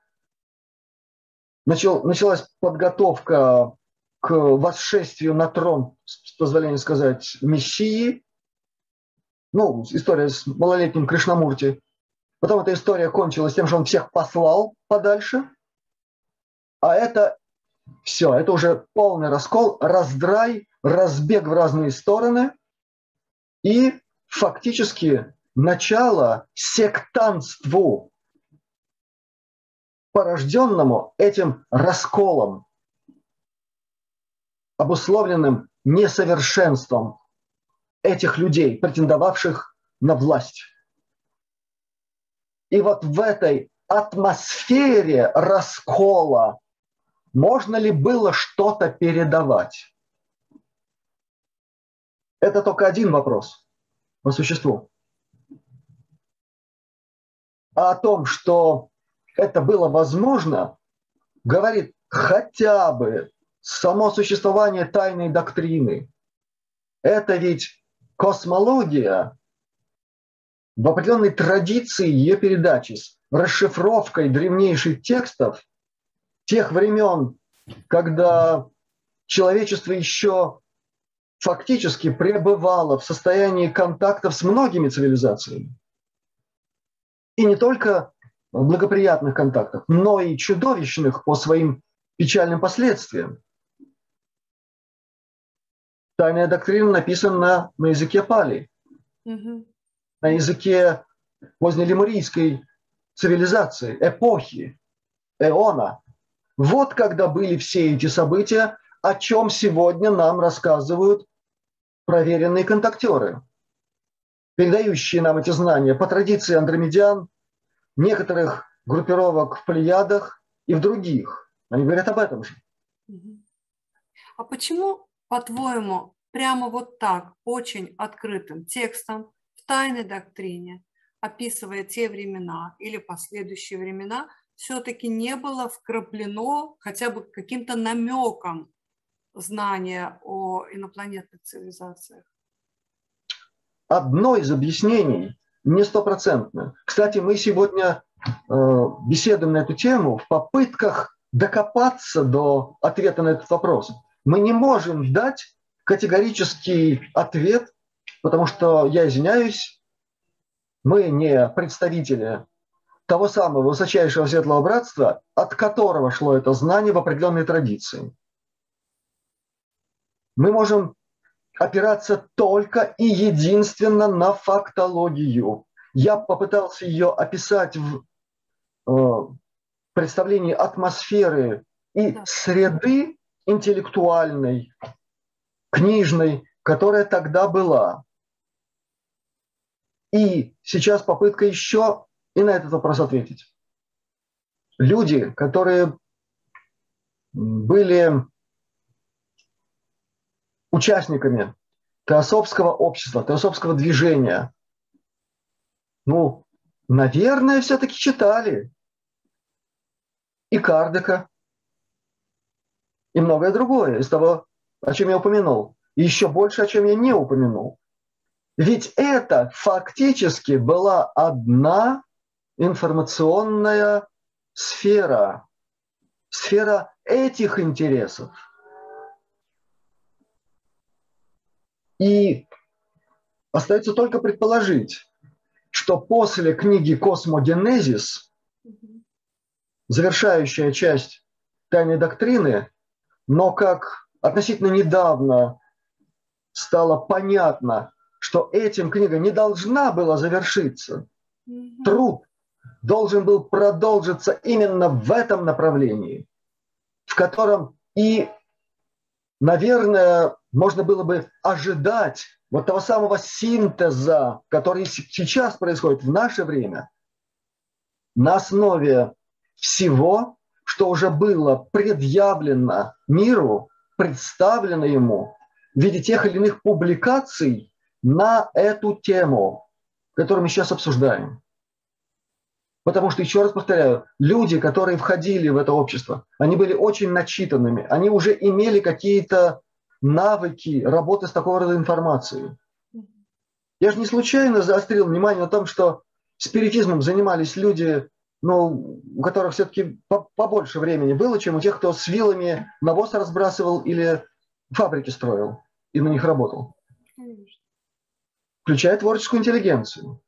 Началась подготовка к восшествию на трон, с позволения сказать, Мессии. Ну, история с малолетним Кришнамурти. Потом эта история кончилась тем, что он всех послал подальше. А это все, это уже полный раскол, раздрай, разбег в разные стороны и фактически начало сектантству, порожденному этим расколом, обусловленным несовершенством этих людей, претендовавших на власть. И вот в этой атмосфере раскола можно ли было что-то передавать? Это только один вопрос по существу. А о том, что это было возможно, говорит хотя бы само существование тайной доктрины. Это ведь космология в определенной традиции ее передачи с расшифровкой древнейших текстов тех времен, когда человечество еще фактически пребывало в состоянии контактов с многими цивилизациями. И не только благоприятных контактов, но и чудовищных по своим печальным последствиям. Тайная доктрина написана на языке пали, на языке позднелемурийской цивилизации, эпохи, эона. Вот когда были все эти события, о чем сегодня нам рассказывают проверенные контактеры, передающие нам эти знания по традиции андромедян, некоторых группировок в Плеядах и в других. Они говорят об этом же. А почему, по-твоему, прямо вот так, очень открытым текстом в тайной доктрине, описывая те времена или последующие времена, все-таки не было вкраплено хотя бы каким-то намеком знания о инопланетных цивилизациях? Одно из объяснений не стопроцентно. Кстати, мы сегодня беседуем на эту тему в попытках докопаться до ответа на этот вопрос. Мы не можем дать категорический ответ, потому что, я извиняюсь, мы не представители того самого высочайшего светлого братства, от которого шло это знание в определенной традиции. Мы можем опираться только и единственно на фактологию. Я попытался ее описать в представлении атмосферы и среды интеллектуальной, книжной, которая тогда была. И сейчас попытка еще и на этот вопрос ответить. Люди, которые были участниками теософского общества, теософского движения, ну, наверное, все-таки читали и Кардека, и многое другое из того, о чем я упомянул, и еще больше, о чем я не упомянул. Ведь это фактически была одна информационная сфера, сфера этих интересов. И остается только предположить, что после книги «Космогенезис», завершающая часть тайной доктрины, но как относительно недавно стало понятно, что этим книга не должна была завершиться, труд должен был продолжиться именно в этом направлении, в котором и, наверное, можно было бы ожидать вот того самого синтеза, который сейчас происходит в наше время, на основе всего, что уже было предъявлено миру, представлено ему в виде тех или иных публикаций на эту тему, которую мы сейчас обсуждаем. Потому что, еще раз повторяю, люди, которые входили в это общество, они были очень начитанными, они уже имели какие-то навыки работы с такого рода информацией. Я же не случайно заострил внимание на том, что спиритизмом занимались люди, ну, у которых все-таки побольше времени было, чем у тех, кто с вилами навоз разбрасывал или фабрики строил и на них работал. Включая творческую интеллигенцию.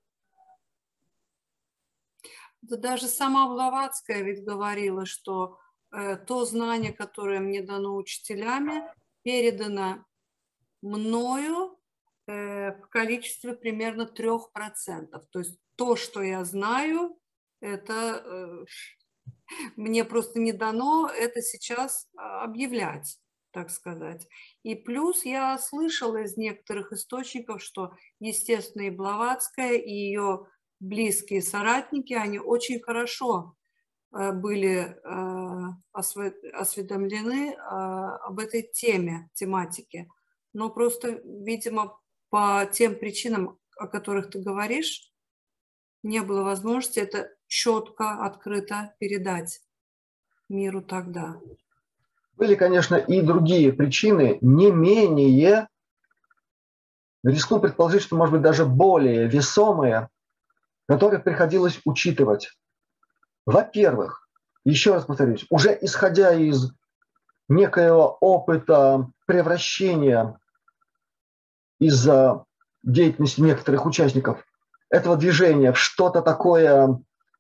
Да даже сама Блаватская ведь говорила, что то знание, которое мне дано учителями, передано мною в количестве примерно 3%. То есть то, что я знаю, это мне просто не дано это сейчас объявлять, так сказать. И плюс я слышала из некоторых источников, что, естественно, и Блаватская, и ее близкие соратники, они очень хорошо были осведомлены об этой тематике. Но просто, видимо, по тем причинам, о которых ты говоришь, не было возможности это четко, открыто передать миру тогда. Были, конечно, и другие причины, не менее, рискну предположить, что, может быть, даже более весомые, которые приходилось учитывать. Во-первых, еще раз повторюсь, уже исходя из некоего опыта превращения из-за деятельности некоторых участников этого движения в что-то такое,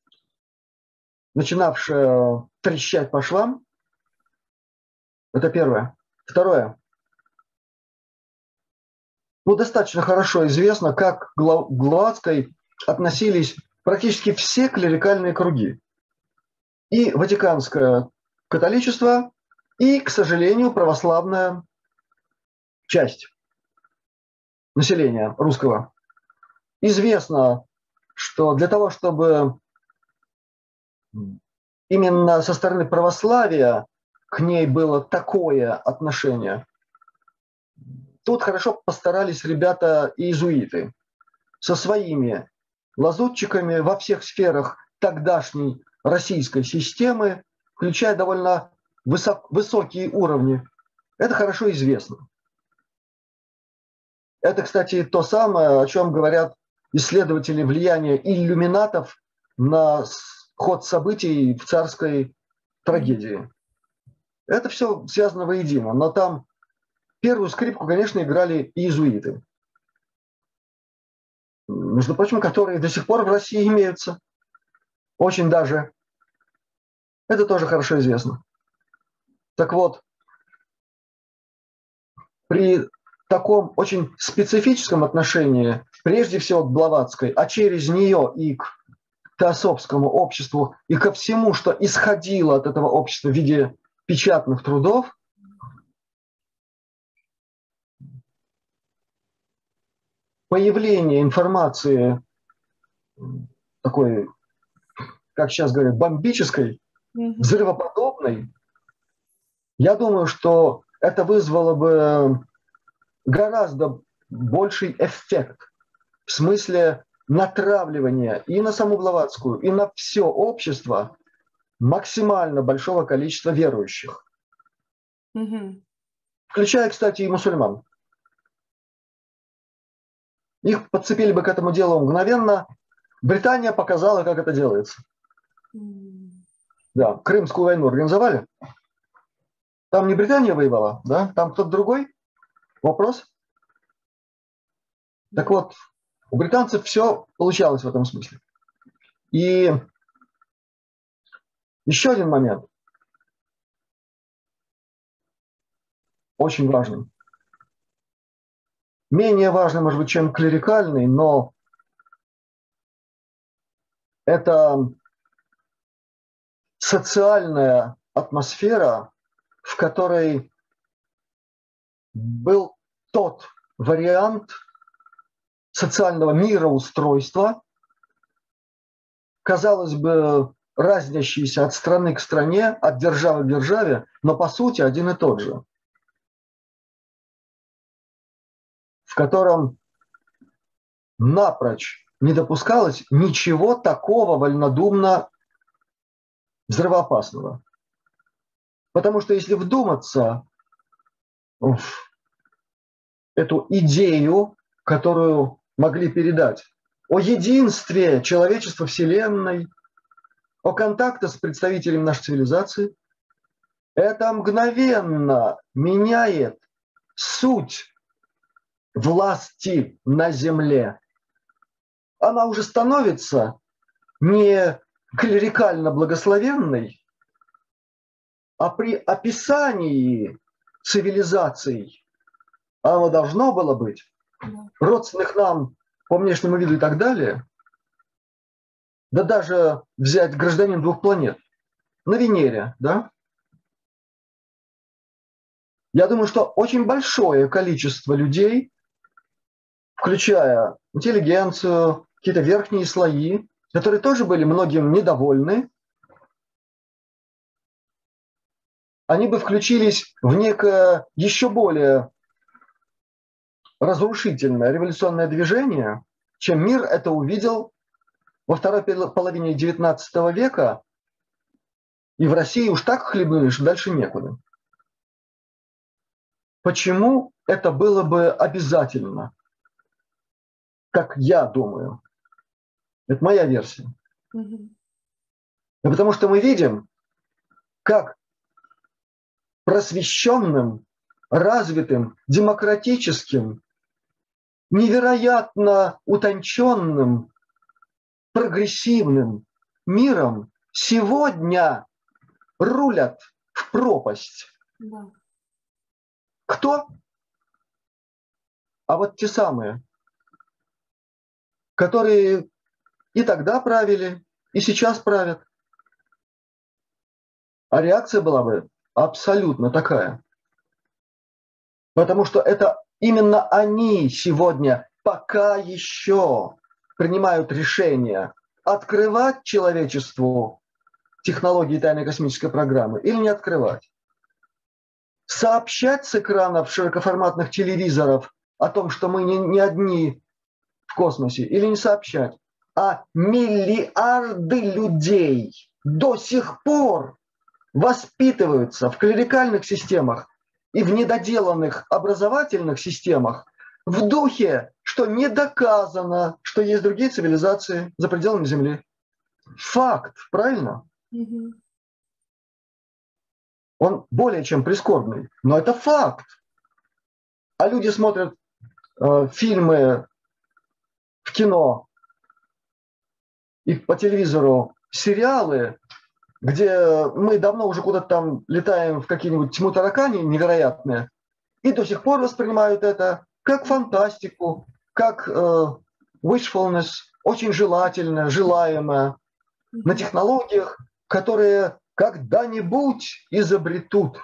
начинавшее трещать по швам, это первое. Второе. Достаточно хорошо известно, как к Блаватской относились практически все клерикальные круги. И ватиканское католичество, и, к сожалению, православная часть населения русского. Известно, что для того, чтобы именно со стороны православия к ней было такое отношение, тут хорошо постарались ребята-иезуиты со своими лазутчиками во всех сферах тогдашней российской системы, включая довольно высокие уровни. Это хорошо известно. Это, кстати, то самое, о чем говорят исследователи влияния иллюминатов на ход событий в царской трагедии. Это все связано воедино, но там первую скрипку, конечно, играли иезуиты. Между прочим, которые до сих пор в России имеются. Очень даже. Это тоже хорошо известно. Так вот, при таком очень специфическом отношении, прежде всего к Блаватской, а через нее и к теософскому обществу, и ко всему, что исходило от этого общества в виде печатных трудов, появление информации такой, как сейчас говорят, бомбической, взрывоподобной, я думаю, что это вызвало бы гораздо больший эффект в смысле натравливания и на саму Блаватскую, и на все общество максимально большого количества верующих. Включая, кстати, и мусульман. Их подцепили бы к этому делу мгновенно. Британия показала, как это делается. Да, Крымскую войну организовали. Там не Британия воевала, да? Там кто-то другой? Вопрос? Так вот, у британцев все получалось в этом смысле. И еще один момент. Очень важный. Менее важный, может быть, чем клерикальный, но это социальная атмосфера, в которой был тот вариант социального мироустройства, казалось бы, разнящийся от страны к стране, от державы к державе, но по сути один и тот же, в котором напрочь не допускалось ничего такого вольнодумно взрывоопасного. Потому что если вдуматься в эту идею, которую могли передать, о единстве человечества Вселенной, о контакте с представителями нашей цивилизации, это мгновенно меняет суть власти на земле. Она уже становится не клерикально благословенной, а при описании цивилизаций, а оно должно было быть, родственных нам по внешнему виду и так далее, да даже взять гражданин двух планет на Венере, да? Я думаю, что очень большое количество людей, включая интеллигенцию, какие-то верхние слои, которые тоже были многим недовольны, они бы включились в некое еще более разрушительное революционное движение, чем мир это увидел во второй половине XIX века, и в России уж так хлебнули, что дальше некуда. Почему это было бы обязательно? Как я думаю. Это моя версия. Потому что мы видим, как просвещенным, развитым, демократическим, невероятно утонченным, прогрессивным миром сегодня рулят в пропасть. Да. Кто? А вот те самые, которые и тогда правили, и сейчас правят. А реакция была бы абсолютно такая. Потому что это именно они сегодня пока еще принимают решение открывать человечеству технологии тайной космической программы или не открывать. Сообщать с экранов широкоформатных телевизоров о том, что мы не одни в космосе, или не сообщать. А миллиарды людей до сих пор воспитываются в клерикальных системах и в недоделанных образовательных системах в духе, что не доказано, что есть другие цивилизации за пределами Земли. Факт, правильно? Он более чем прискорбный, но это факт. А люди смотрят фильмы в кино и по телевизору сериалы, где мы давно уже куда-то там летаем в какие-нибудь тьму таракани невероятные, и до сих пор воспринимают это как фантастику, как wishfulness, очень желательное, желаемое, на технологиях, которые когда-нибудь изобретут.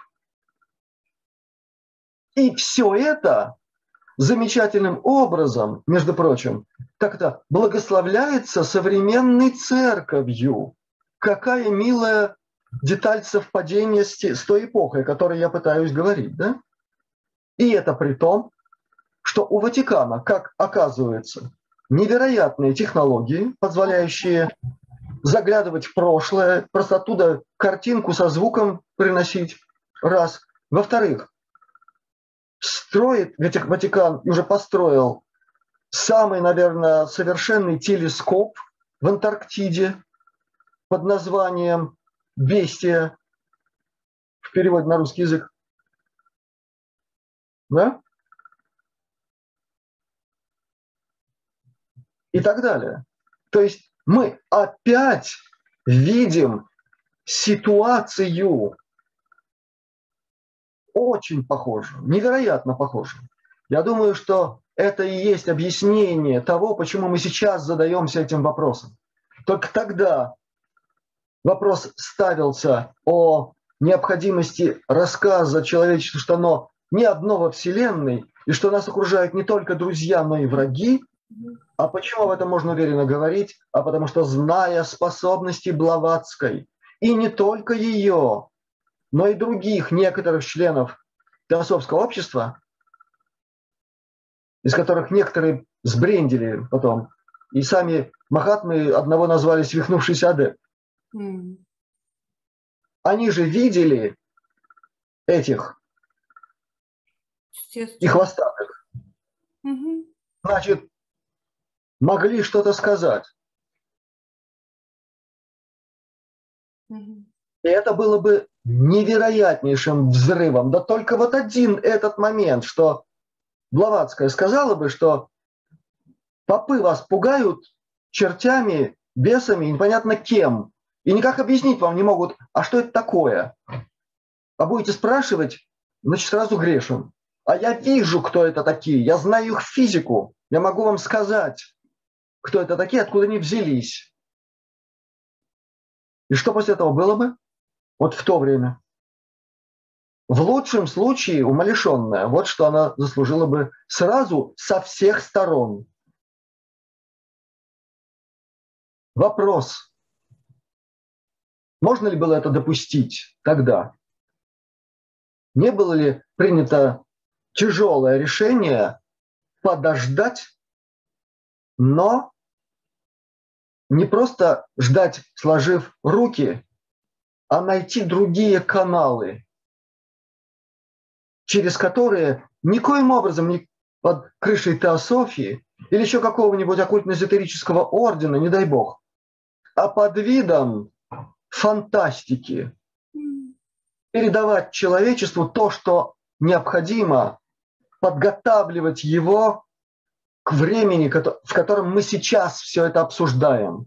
И все это замечательным образом, между прочим, как-то благословляется современной церковью. Какая милая деталь совпадения с той эпохой, о которой я пытаюсь говорить. Да? И это при том, что у Ватикана, как оказывается, невероятные технологии, позволяющие заглядывать в прошлое, просто оттуда картинку со звуком приносить, раз. Во-вторых, строит Ватикан, и уже построил самый, наверное, совершенный телескоп в Антарктиде под названием «Бестия» в переводе на русский язык. Да? И так далее. То есть мы опять видим ситуацию очень похожую, невероятно похожую. Я думаю, что это и есть объяснение того, почему мы сейчас задаемся этим вопросом. Только тогда вопрос ставился о необходимости рассказа человечеству, что оно не одно во Вселенной, и что нас окружают не только друзья, но и враги. А почему об этом можно уверенно говорить? А потому что, зная способности Блаватской, и не только ее, но и других некоторых членов теософского общества, из которых некоторые сбрендили потом, и сами Махатмы одного назвали свихнувшийся адепт. Они же видели этих и хвостатых. Значит, могли что-то сказать. И это было бы невероятнейшим взрывом. Да только вот один этот момент, что Блаватская сказала бы, что попы вас пугают чертями, бесами, непонятно кем. И никак объяснить вам не могут, а что это такое. А будете спрашивать, значит, сразу грешен. А я вижу, кто это такие. Я знаю их физику. Я могу вам сказать, кто это такие, откуда они взялись. И что после этого было бы? Вот в то время. В лучшем случае умалишенная. Вот что она заслужила бы сразу со всех сторон. Вопрос, можно ли было это допустить тогда? Не было ли принято тяжелое решение подождать, но не просто ждать, сложив руки, а найти другие каналы, через которые никоим образом не под крышей теософии или еще какого-нибудь оккультно-эзотерического ордена, не дай бог, а под видом фантастики передавать человечеству то, что необходимо, подготавливать его к времени, в котором мы сейчас все это обсуждаем.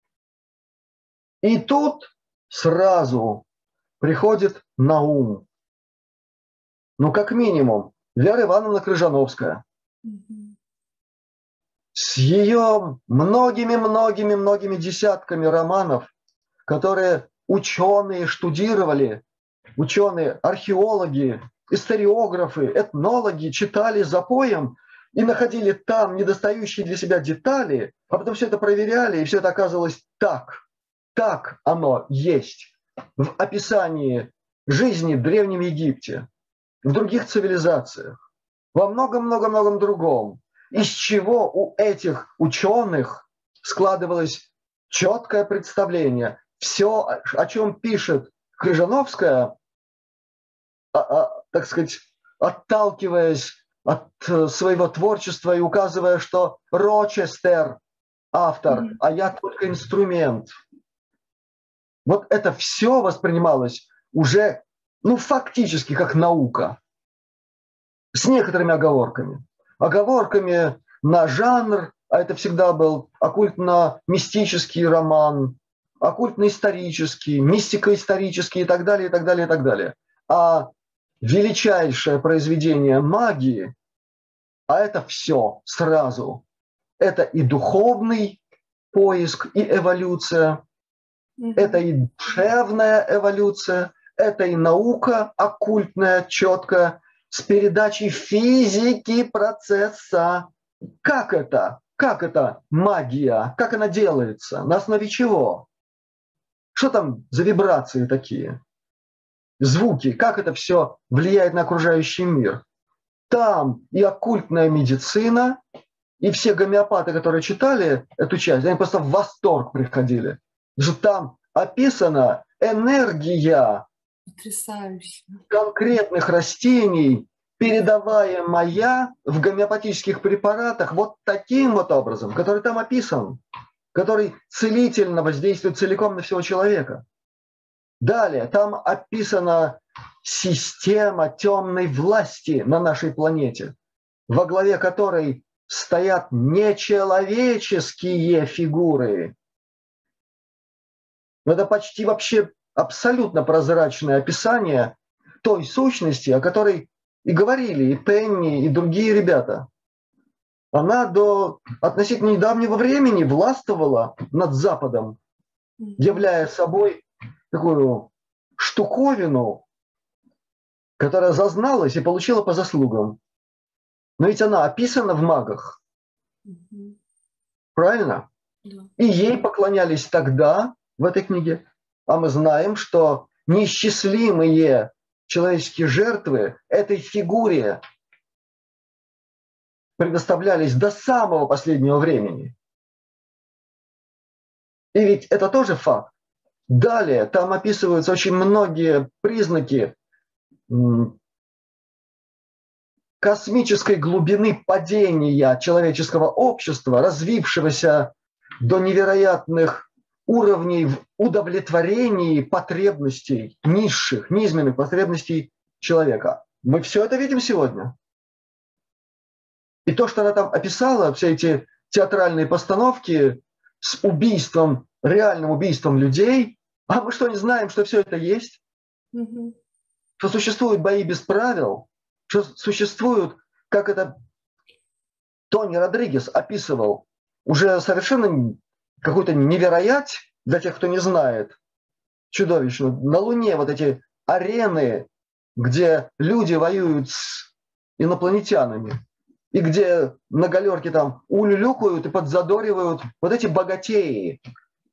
И тут сразу приходит на ум, ну, как минимум, Вера Ивановна Крыжановская с ее многими десятками романов, которые ученые штудировали, ученые, археологи, историографы, этнологи читали запоем и находили там недостающие для себя детали, а потом все это проверяли, и все это оказывалось так оно есть в описании жизни в Древнем Египте, в других цивилизациях, во многом другом, из чего у этих ученых складывалось четкое представление. Все, о чем пишет Крыжановская, так сказать, отталкиваясь от своего творчества и указывая, что Рочестер автор, а я только инструмент. Вот это все воспринималось уже, ну, фактически как наука, с некоторыми оговорками. Оговорками на жанр, а это всегда был оккультно-мистический роман, оккультно-исторический, мистико-исторический и так далее, и так далее, и так далее. А величайшее произведение магии, а это все сразу. Это и духовный поиск, и эволюция, это и душевная эволюция, это и наука оккультная, четкая, с передачей физики процесса. Как это? Как это магия? Как она делается? На основе чего? Что там за вибрации такие? Звуки? Как это все влияет на окружающий мир? Там и оккультная медицина, и все гомеопаты, которые читали эту часть, они просто в восторг приходили. Потому что там описана энергия Потрясающе. Конкретных растений, передаваемая в гомеопатических препаратах вот таким вот образом, который там описан, который целительно воздействует целиком на всего человека. Далее, там описана система темной власти на нашей планете, во главе которой стоят нечеловеческие фигуры. Это почти вообще абсолютно прозрачное описание той сущности, о которой и говорили и Пенни, и другие ребята. Она до относительно недавнего времени властвовала над Западом, являя собой такую штуковину, которая зазналась и получила по заслугам. Но ведь она описана в магах. Правильно? Да. И ей поклонялись тогда, в этой книге. А мы знаем, что неисчислимые человеческие жертвы этой фигуре предоставлялись до самого последнего времени. И ведь это тоже факт. Далее там описываются очень многие признаки космической глубины падения человеческого общества, развившегося до невероятных уровней в удовлетворении потребностей низших, низменных потребностей человека. Мы все это видим сегодня. И то, что она там описала, все эти театральные постановки с убийством, реальным убийством людей, а мы что, не знаем, что все это есть? Что существуют бои без правил, что существуют, как это Тони Родригес описывал, уже совершенно какой-то невероять, для тех, кто не знает, чудовищно. На Луне вот эти арены, где люди воюют с инопланетянами, и где на галерке там улюлюкают и подзадоривают вот эти богатеи,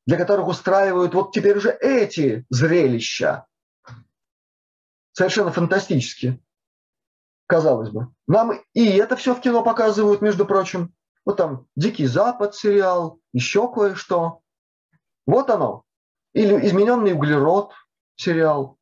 для которых устраивают вот теперь уже эти зрелища. Совершенно фантастически, казалось бы. Нам и это все в кино показывают, между прочим. Вот там «Дикий Запад» сериал, еще кое-что. Вот оно. Или «Измененный углерод» сериал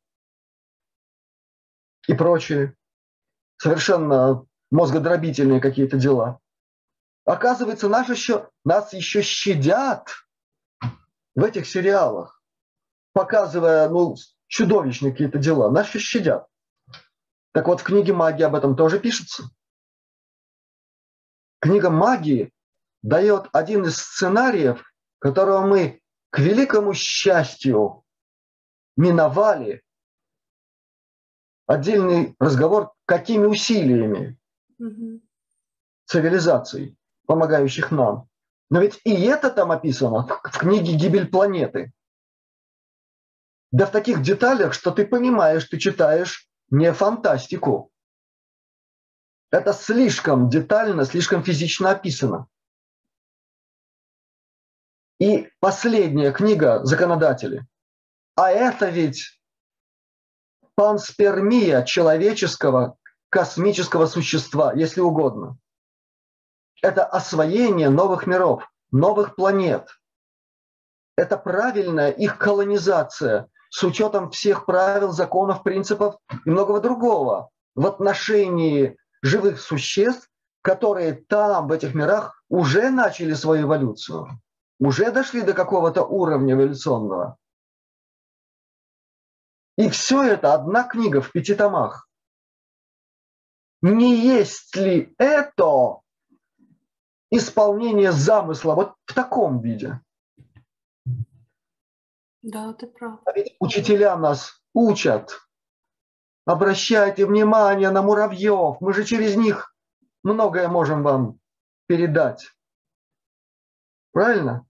и прочие. Совершенно мозгодробительные какие-то дела. Оказывается, нас еще щадят в этих сериалах, показывая чудовищные какие-то дела. Нас еще щадят. Так вот, в книге «Магии» об этом тоже пишется. Книга «Магии» дает один из сценариев, которого мы, к великому счастью, миновали. Отдельный разговор, какими усилиями цивилизаций, помогающих нам. Но ведь и это там описано в книге «Гибель планеты». Да в таких деталях, что ты понимаешь, ты читаешь не фантастику. Это слишком детально, слишком физично описано. И последняя книга «Законодатели». А это ведь панспермия человеческого космического существа, если угодно. Это освоение новых миров, новых планет. Это правильная их колонизация с учетом всех правил, законов, принципов и многого другого в отношении живых существ, которые там, в этих мирах, уже начали свою эволюцию, уже дошли до какого-то уровня эволюционного. И все это одна книга в 5 томах. Не есть ли это исполнение замысла вот в таком виде? Да, ты прав. А ведь учителя нас учат. Обращайте внимание на муравьев. Мы же через них многое можем вам передать. Правильно?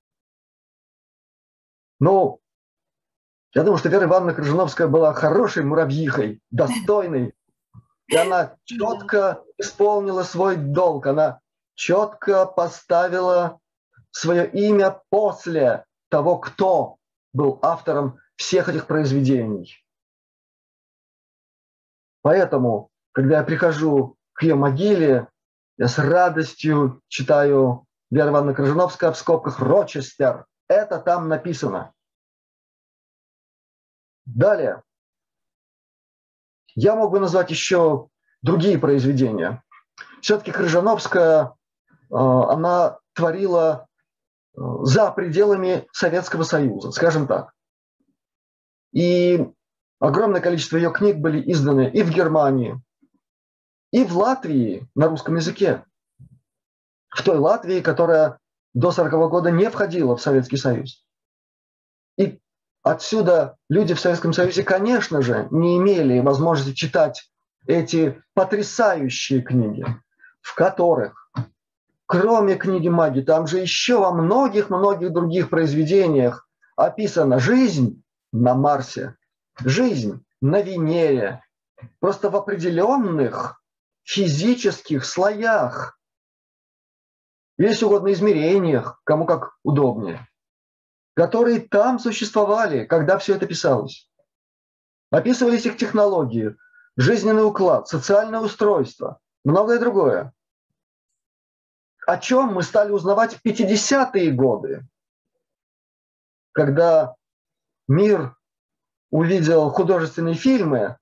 Ну, я думаю, что Вера Ивановна Крыжановская была хорошей муравьихой, достойной. И она четко исполнила свой долг. Она четко поставила свое имя после того, кто был автором всех этих произведений. Поэтому, когда я прихожу к ее могиле, я с радостью читаю Вера Ивановна Крыжановская в скобках «Рочестер». Это там написано. Далее. Я мог бы назвать еще другие произведения. Все-таки Крыжановская, она творила за пределами Советского Союза, скажем так. И огромное количество ее книг были изданы и в Германии, и в Латвии на русском языке. В той Латвии, которая до 1940 года не входила в Советский Союз. И отсюда люди в Советском Союзе, конечно же, не имели возможности читать эти потрясающие книги, в которых, кроме книги «Магии», там же еще во многих-многих других произведениях описана жизнь на Марсе, жизнь на Венере, просто в определенных физических слоях, если угодно измерениях, кому как удобнее, которые там существовали, когда все это писалось. Описывались их технологии, жизненный уклад, социальное устройство, многое другое. О чем мы стали узнавать в 50-е годы, когда мир увидел художественные фильмы,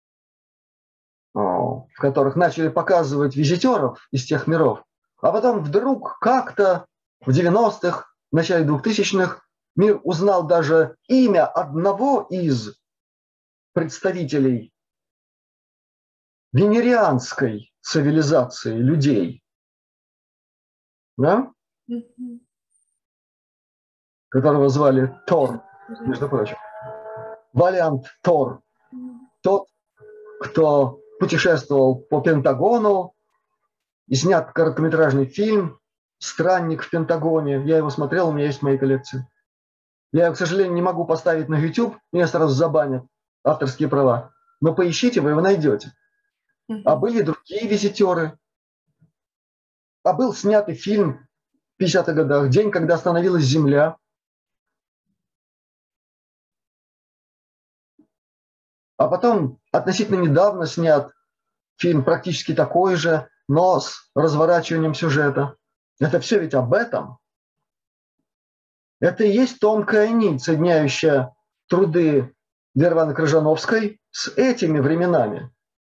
в которых начали показывать визитеров из тех миров, а потом вдруг как-то в 90-х, в начале 2000-х мир узнал даже имя одного из представителей венерианской цивилизации людей, да? Которого звали Тор, между прочим. Валиант Тор. Тот, кто путешествовал по Пентагону, и снят короткометражный фильм «Странник в Пентагоне». Я его смотрел, у меня есть в моей коллекции. Я его, к сожалению, не могу поставить на YouTube, меня сразу забанят авторские права. Но поищите, вы его найдете. А были другие визитеры. А был снятый фильм в 50-х годах «День, когда остановилась Земля». А потом относительно недавно снят фильм практически такой же, но с разворачиванием сюжета. Это все ведь об этом. Это и есть тонкая нить, соединяющая труды Веры Ивановны Крыжановской с этими временами.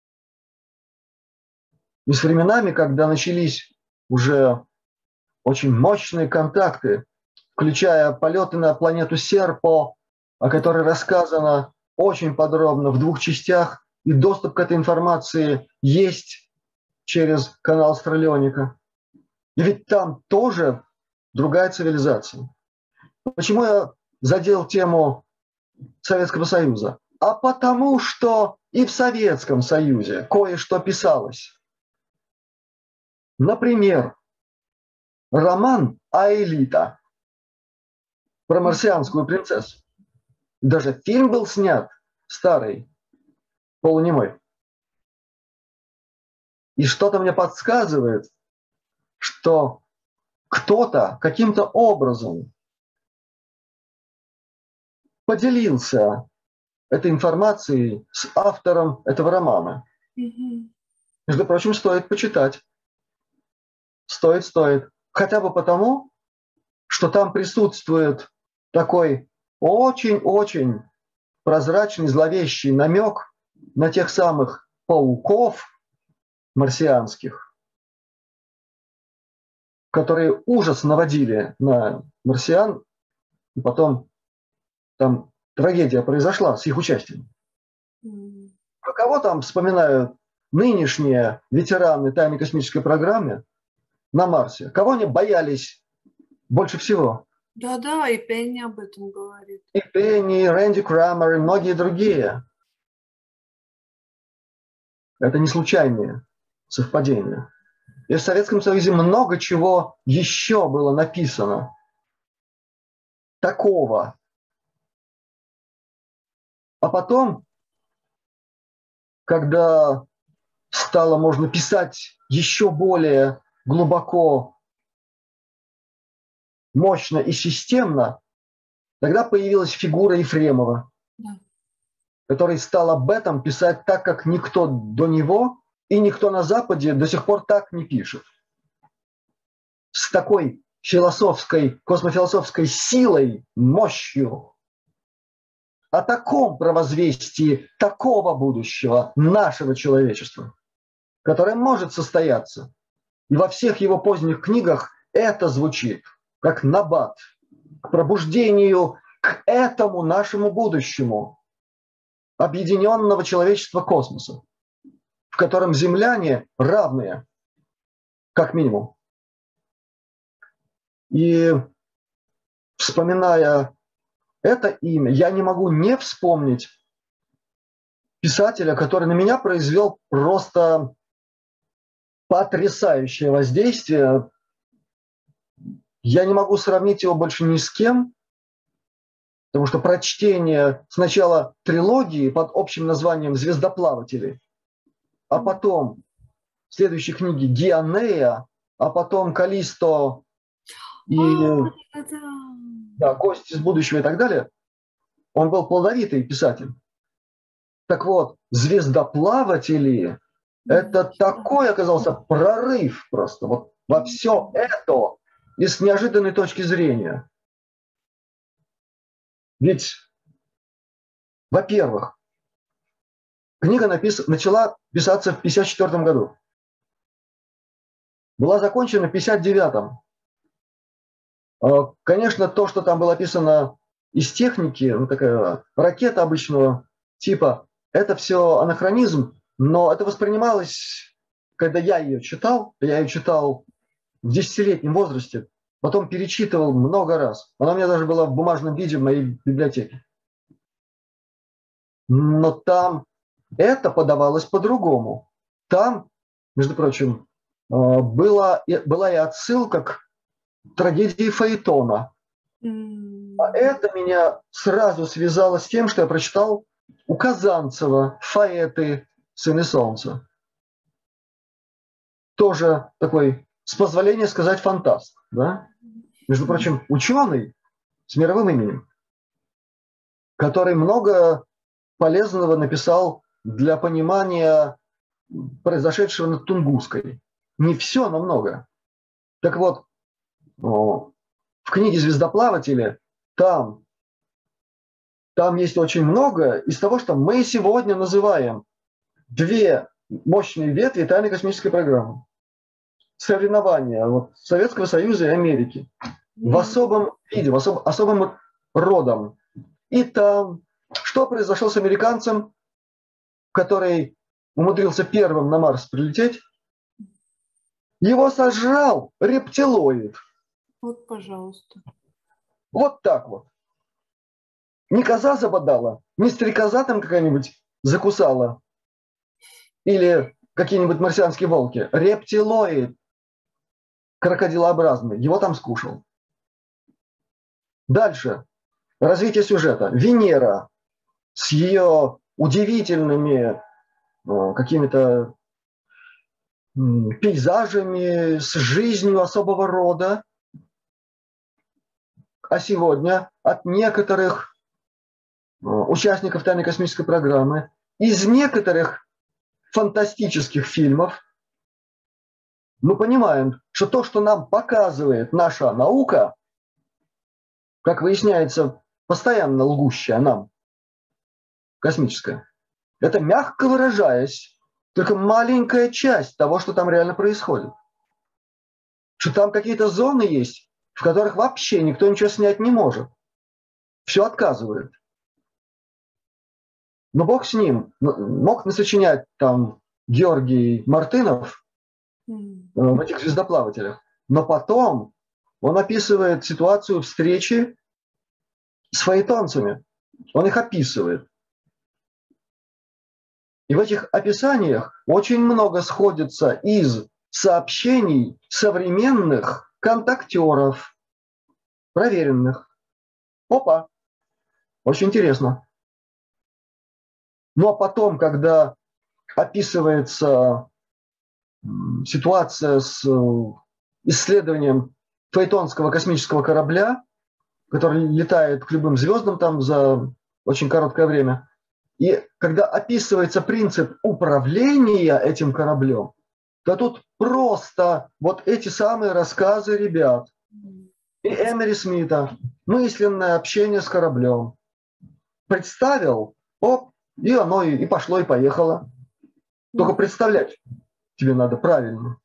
И с временами, когда начались уже очень мощные контакты, включая полеты на планету Серпо, о которой рассказано очень подробно в 2 частях, и доступ к этой информации есть через канал Астралионика. И ведь там тоже другая цивилизация. Почему я задел тему Советского Союза? А потому что и в Советском Союзе кое-что писалось. Например, роман «Аэлита» про марсианскую принцессу. Даже фильм был снят, старый, полунемой. И что-то мне подсказывает, что кто-то каким-то образом поделился этой информацией с автором этого романа. Между прочим, стоит почитать. Стоит. Хотя бы потому, что там присутствует такой очень-очень прозрачный, зловещий намек на тех самых пауков марсианских, которые ужас наводили на марсиан, и потом там трагедия произошла с их участием. А кого там вспоминают нынешние ветераны тайной космической программы на Марсе? Кого они боялись больше всего? Да, и Пенни об этом говорит. И Пенни, и Рэнди Крамер, и многие другие. Это не случайные совпадения. И в Советском Союзе много чего еще было написано такого. А потом, когда стало можно писать еще более глубоко, мощно и системно, тогда появилась фигура Ефремова, который стал об этом писать так, как никто до него и никто на Западе до сих пор так не пишет. С такой философской, космофилософской силой, мощью. О таком провозвестии такого будущего нашего человечества, которое может состояться. И во всех его поздних книгах это звучит, как набат к пробуждению, к этому нашему будущему объединенного человечества космоса, в котором земляне равные, как минимум. И вспоминая это имя, я не могу не вспомнить писателя, который на меня произвел просто потрясающее воздействие. Я не могу сравнить его больше ни с кем, потому что прочтение сначала трилогии под общим названием «Звездоплаватели», а потом следующие книги «Дианея», а потом «Каллисто» и «Гость из будущего» и так далее. Он был плодовитый писатель. Так вот, «Звездоплаватели» – это такой оказался прорыв просто вот во все это и с неожиданной точки зрения. Ведь, во-первых, книга начала писаться в 1954 году. Была закончена в 1959. Конечно, то, что там было описано из техники, такая ракета обычного типа, это все анахронизм, но это воспринималось, когда я ее читал в 10-летнем возрасте, потом перечитывал много раз. Она у меня даже была в бумажном виде в моей библиотеке. Но там это подавалось по-другому. Там, между прочим, была и отсылка к трагедии Фаэтона. А это меня сразу связало с тем, что я прочитал у Казанцева «Фаэты. Сыны солнца». Тоже такой, с позволения сказать, фантаст. Да? Между прочим, ученый с мировым именем, который много полезного написал для понимания произошедшего над Тунгусской. Не все, но много. Так вот, в книге «Звездоплаватели» там есть очень много из того, что мы сегодня называем две мощные ветви тайной космической программы. Соревнования Советского Союза и Америки в особом виде, особым родом. И там, что произошло с американцем, который умудрился первым на Марс прилететь? Его сожрал рептилоид. Вот, пожалуйста. Вот так вот. Не коза забодала, не стрекоза там какая-нибудь закусала. Или какие-нибудь марсианские волки. Рептилоид крокодилообразный. Его там скушал. Дальше. Развитие сюжета. Венера с ее удивительными какими-то пейзажами, с жизнью особого рода. А сегодня от некоторых участников тайной космической программы из некоторых фантастических фильмов мы понимаем, что то, что нам показывает наша наука, как выясняется, постоянно лгущая нам, космическая, это, мягко выражаясь, только маленькая часть того, что там реально происходит. Что там какие-то зоны есть, в которых вообще никто ничего снять не может. Все отказывает. Но Бог с ним. Мог насочинять там Георгий Мартынов в этих звездоплавателях. Но потом он описывает ситуацию встречи с фаэтонцами. Он их описывает. И в этих описаниях очень много сходится из сообщений современных контактеров, проверенных. Опа! Очень интересно. Ну а потом, когда описывается ситуация с исследованием фаэтонского космического корабля, который летает к любым звездам там за очень короткое время, и когда описывается принцип управления этим кораблем, то тут просто вот эти самые рассказы ребят и Эмери Смита, мысленное общение с кораблем. Представил, оп, и оно и пошло, и поехало. Только представлять тебе надо правильно.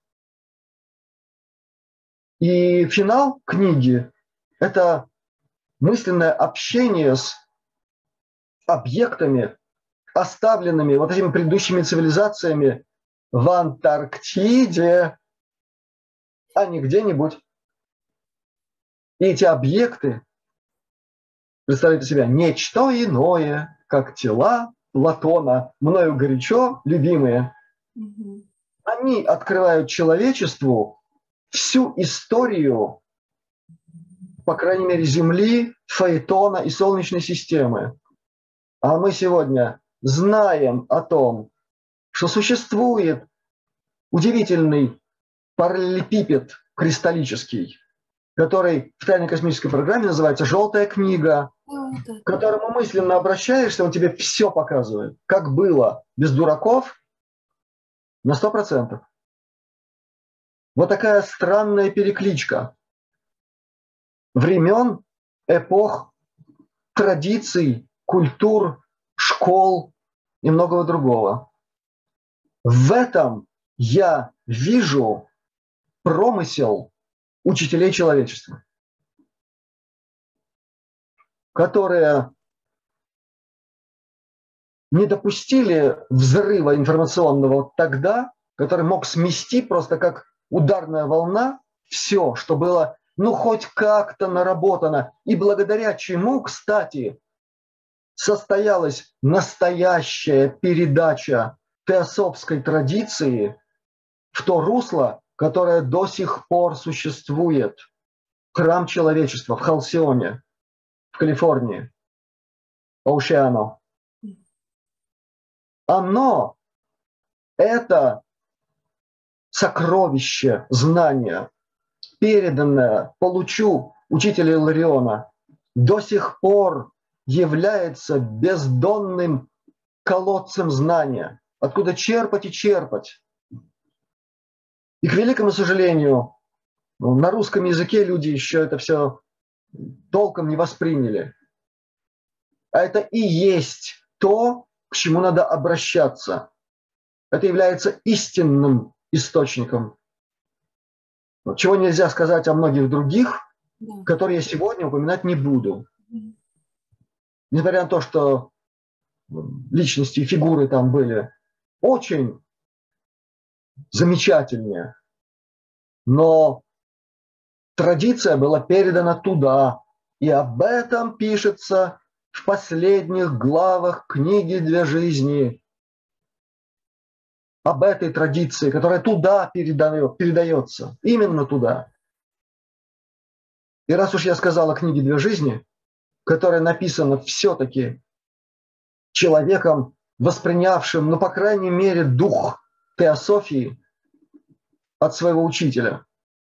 И финал книги – это мысленное общение с объектами, оставленными вот этими предыдущими цивилизациями в Антарктиде, а не где-нибудь. И эти объекты представляют из себя нечто иное, как тела Платона, мною горячо любимые. Они открывают человечеству всю историю, по крайней мере, Земли, Фаэтона и Солнечной системы. А мы сегодня знаем о том, что существует удивительный параллелепипед кристаллический, который в тайной космической программе называется «Желтая книга», к которому мысленно обращаешься, он тебе все показывает, как было, без дураков, на 100%. Вот такая странная перекличка времен, эпох, традиций, культур, школ и многого другого. В этом я вижу промысел учителей человечества, которые не допустили взрыва информационного тогда, который мог смести просто как ударная волна все, что было, ну, хоть как-то наработано, и благодаря чему, кстати, состоялась настоящая передача теософской традиции в то русло, которое до сих пор существует. Храм человечества в Халсионе, в Калифорнии, Оушиано. Оно – это сокровище знания, переданное по лучу учителя Илариона, до сих пор является бездонным колодцем знания, откуда черпать и черпать. И, к великому сожалению, на русском языке люди еще это все толком не восприняли. А это и есть то, к чему надо обращаться. Это является истинным источником. Чего нельзя сказать о многих других, которые я сегодня упоминать не буду. Несмотря на то, что личности и фигуры там были очень замечательные, но традиция была передана туда, и об этом пишется в последних главах книги «Для жизни», об этой традиции, которая туда передается, именно туда. И раз уж я сказал о книге «Для жизни», которая написана все-таки человеком, воспринявшим, ну, по крайней мере, дух теософии от своего учителя,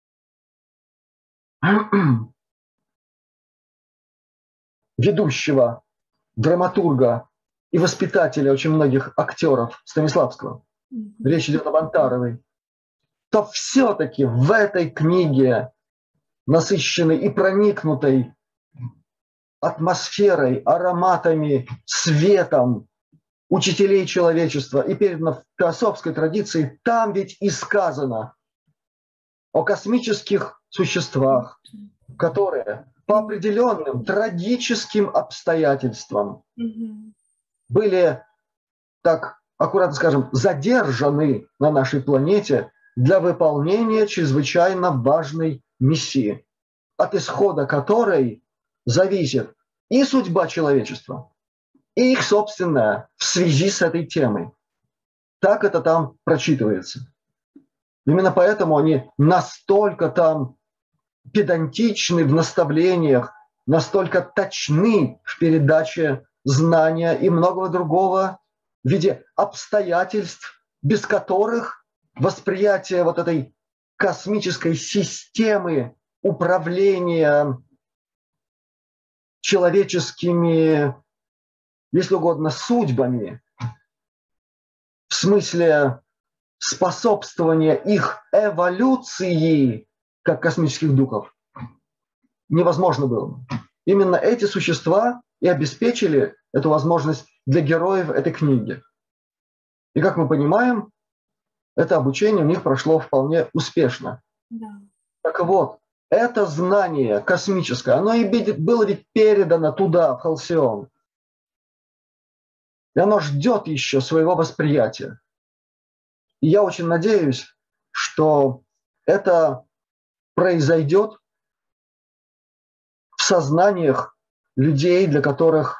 ведущего, драматурга и воспитателя очень многих актеров Станиславского, речь идет об Антаровой, то все-таки в этой книге, насыщенной и проникнутой атмосферой, ароматами, светом учителей человечества и передано в теософской традиции, там ведь и сказано о космических существах, которые по определенным трагическим обстоятельствам были, так аккуратно скажем, задержаны на нашей планете для выполнения чрезвычайно важной миссии, от исхода которой зависит и судьба человечества, и их собственная в связи с этой темой. Так это там прочитывается. Именно поэтому они настолько там педантичны в наставлениях, настолько точны в передаче знания и многого другого в виде обстоятельств, без которых восприятие вот этой космической системы управления человеческими, если угодно, судьбами, в смысле способствования их эволюции, как космических духов, невозможно было. Именно эти существа и обеспечили эту возможность для героев этой книги. И, как мы понимаем, это обучение у них прошло вполне успешно. Да. Так вот, это знание космическое, оно и было ведь передано туда, в Халсион. И оно ждет еще своего восприятия. И я очень надеюсь, что это произойдет в сознаниях людей, для которых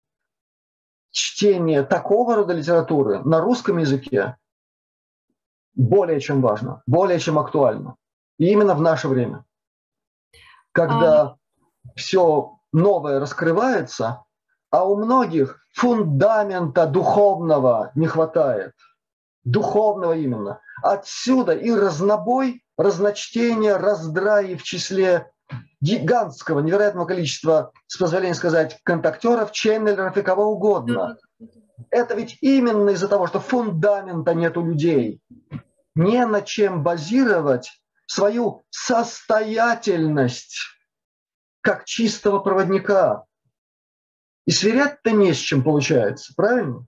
чтение такого рода литературы на русском языке более чем важно, более чем актуально. И именно в наше время, когда все новое раскрывается, а у многих фундамента духовного не хватает. Духовного именно. Отсюда и разнобой, разночтение, раздрай в числе гигантского, невероятного количества, с позволения сказать, контактеров, ченнелеров и кого угодно. Это ведь именно из-за того, что фундамента нет у людей. Не на чем базировать свою состоятельность как чистого проводника. И сверять-то не с чем получается, правильно?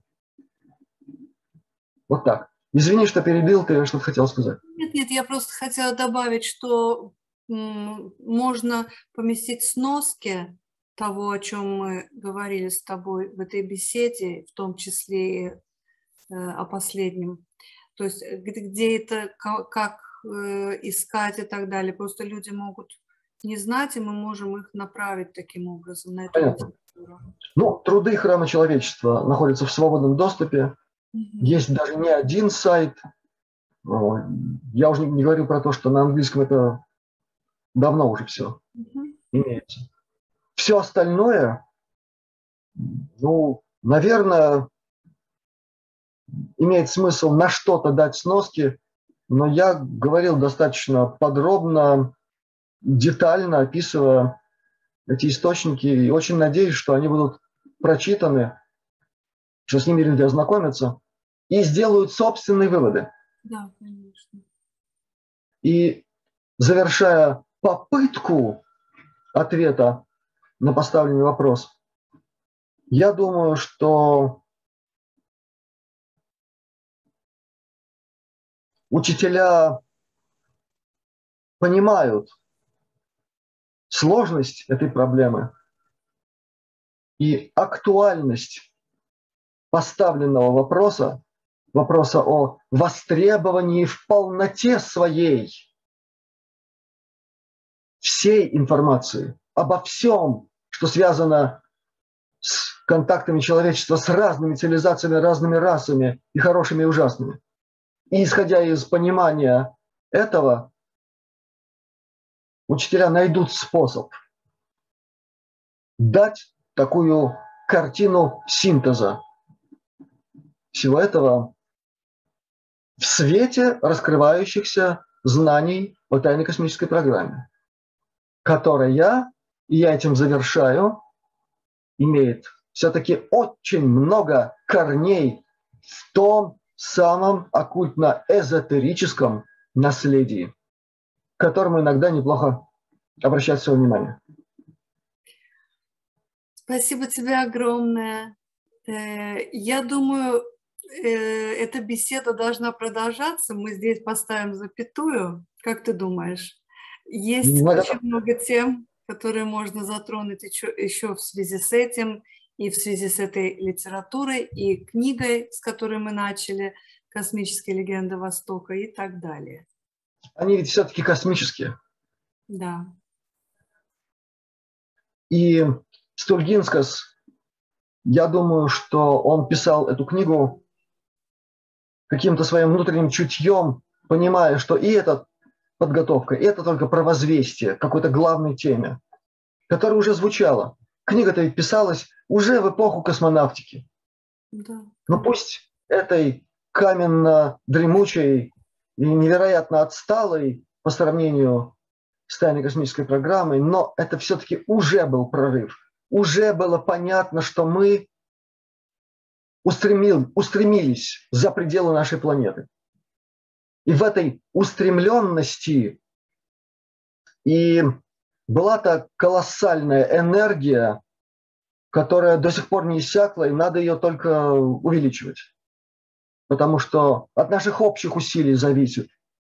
Вот так. Извини, что перебил, ты что-то хотел сказать. Нет, я просто хотела добавить, что можно поместить сноски того, о чем мы говорили с тобой в этой беседе, в том числе и о последнем. То есть где это, как искать и так далее. Просто люди могут не знать, и мы можем их направить таким образом на эту литературу. Ну, труды Храма Человечества находятся в свободном доступе. Есть даже не один сайт. Я уже не говорю про то, что на английском это давно уже все имеется. Все остальное, ну, наверное, имеет смысл на что-то дать сноски, но я говорил достаточно подробно, детально описывая эти источники, и очень надеюсь, что они будут прочитаны что с ними люди ознакомятся и сделают собственные выводы. Да, конечно. И завершая попытку ответа на поставленный вопрос, я думаю, что учителя понимают сложность этой проблемы и актуальность поставленного вопроса, вопроса о востребовании в полноте своей всей информации, обо всем, что связано с контактами человечества с разными цивилизациями, разными расами, и хорошими, и ужасными. И исходя из понимания этого, учителя найдут способ дать такую картину синтеза всего этого в свете раскрывающихся знаний о тайной космической программе, которая, и я этим завершаю, имеет все-таки очень много корней в том самом оккультно-эзотерическом наследии, к которому иногда неплохо обращать свое внимание. Спасибо тебе огромное. Я думаю, эта беседа должна продолжаться. Мы здесь поставим запятую. Как ты думаешь? Есть очень много тем, которые можно затронуть еще в связи с этим, и в связи с этой литературой, и книгой, с которой мы начали, «Космические легенды Востока» и так далее. Они ведь все-таки космические. Да. И Стульгинскас, я думаю, что он писал эту книгу каким-то своим внутренним чутьем, понимая, что и эта подготовка, и это только про возвестие какой-то главной теме, которая уже звучала. Книга-то ведь писалась уже в эпоху космонавтики. Да. Но пусть этой каменно-дремучей и невероятно отсталой по сравнению с тайной космической программой, но это все-таки уже был прорыв. Уже было понятно, что мы устремились за пределы нашей планеты. И в этой устремленности и была та колоссальная энергия, которая до сих пор не иссякла, и надо ее только увеличивать. Потому что от наших общих усилий зависит,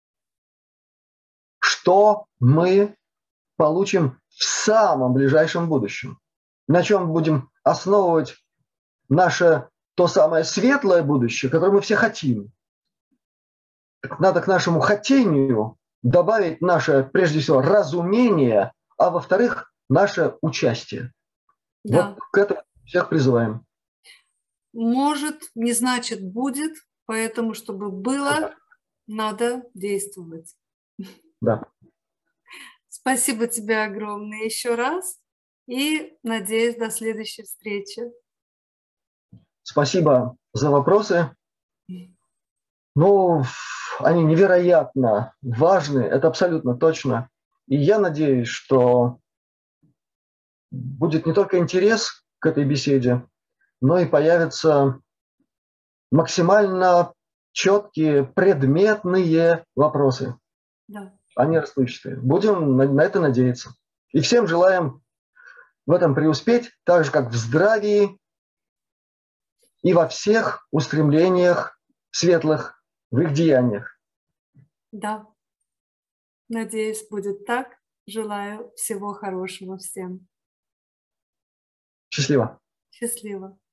что мы получим в самом ближайшем будущем. На чем будем основывать наше то самое светлое будущее, которое мы все хотим. Надо к нашему хотению добавить наше, прежде всего, разумение, а во-вторых, наше участие. Да. Вот к этому всех призываем. Может, не значит будет, поэтому, чтобы было, надо действовать. Да. Спасибо тебе огромное еще раз и надеюсь, до следующей встречи. Спасибо за вопросы. Ну, они невероятно важны, это абсолютно точно. И я надеюсь, что будет не только интерес к этой беседе, но и появятся максимально четкие, предметные вопросы. Да. Они расплывчатые. Будем на это надеяться. И всем желаем в этом преуспеть, так же, как в здравии и во всех устремлениях светлых в их деяниях. Да. Надеюсь, будет так. Желаю всего хорошего всем. Счастливо. Счастливо.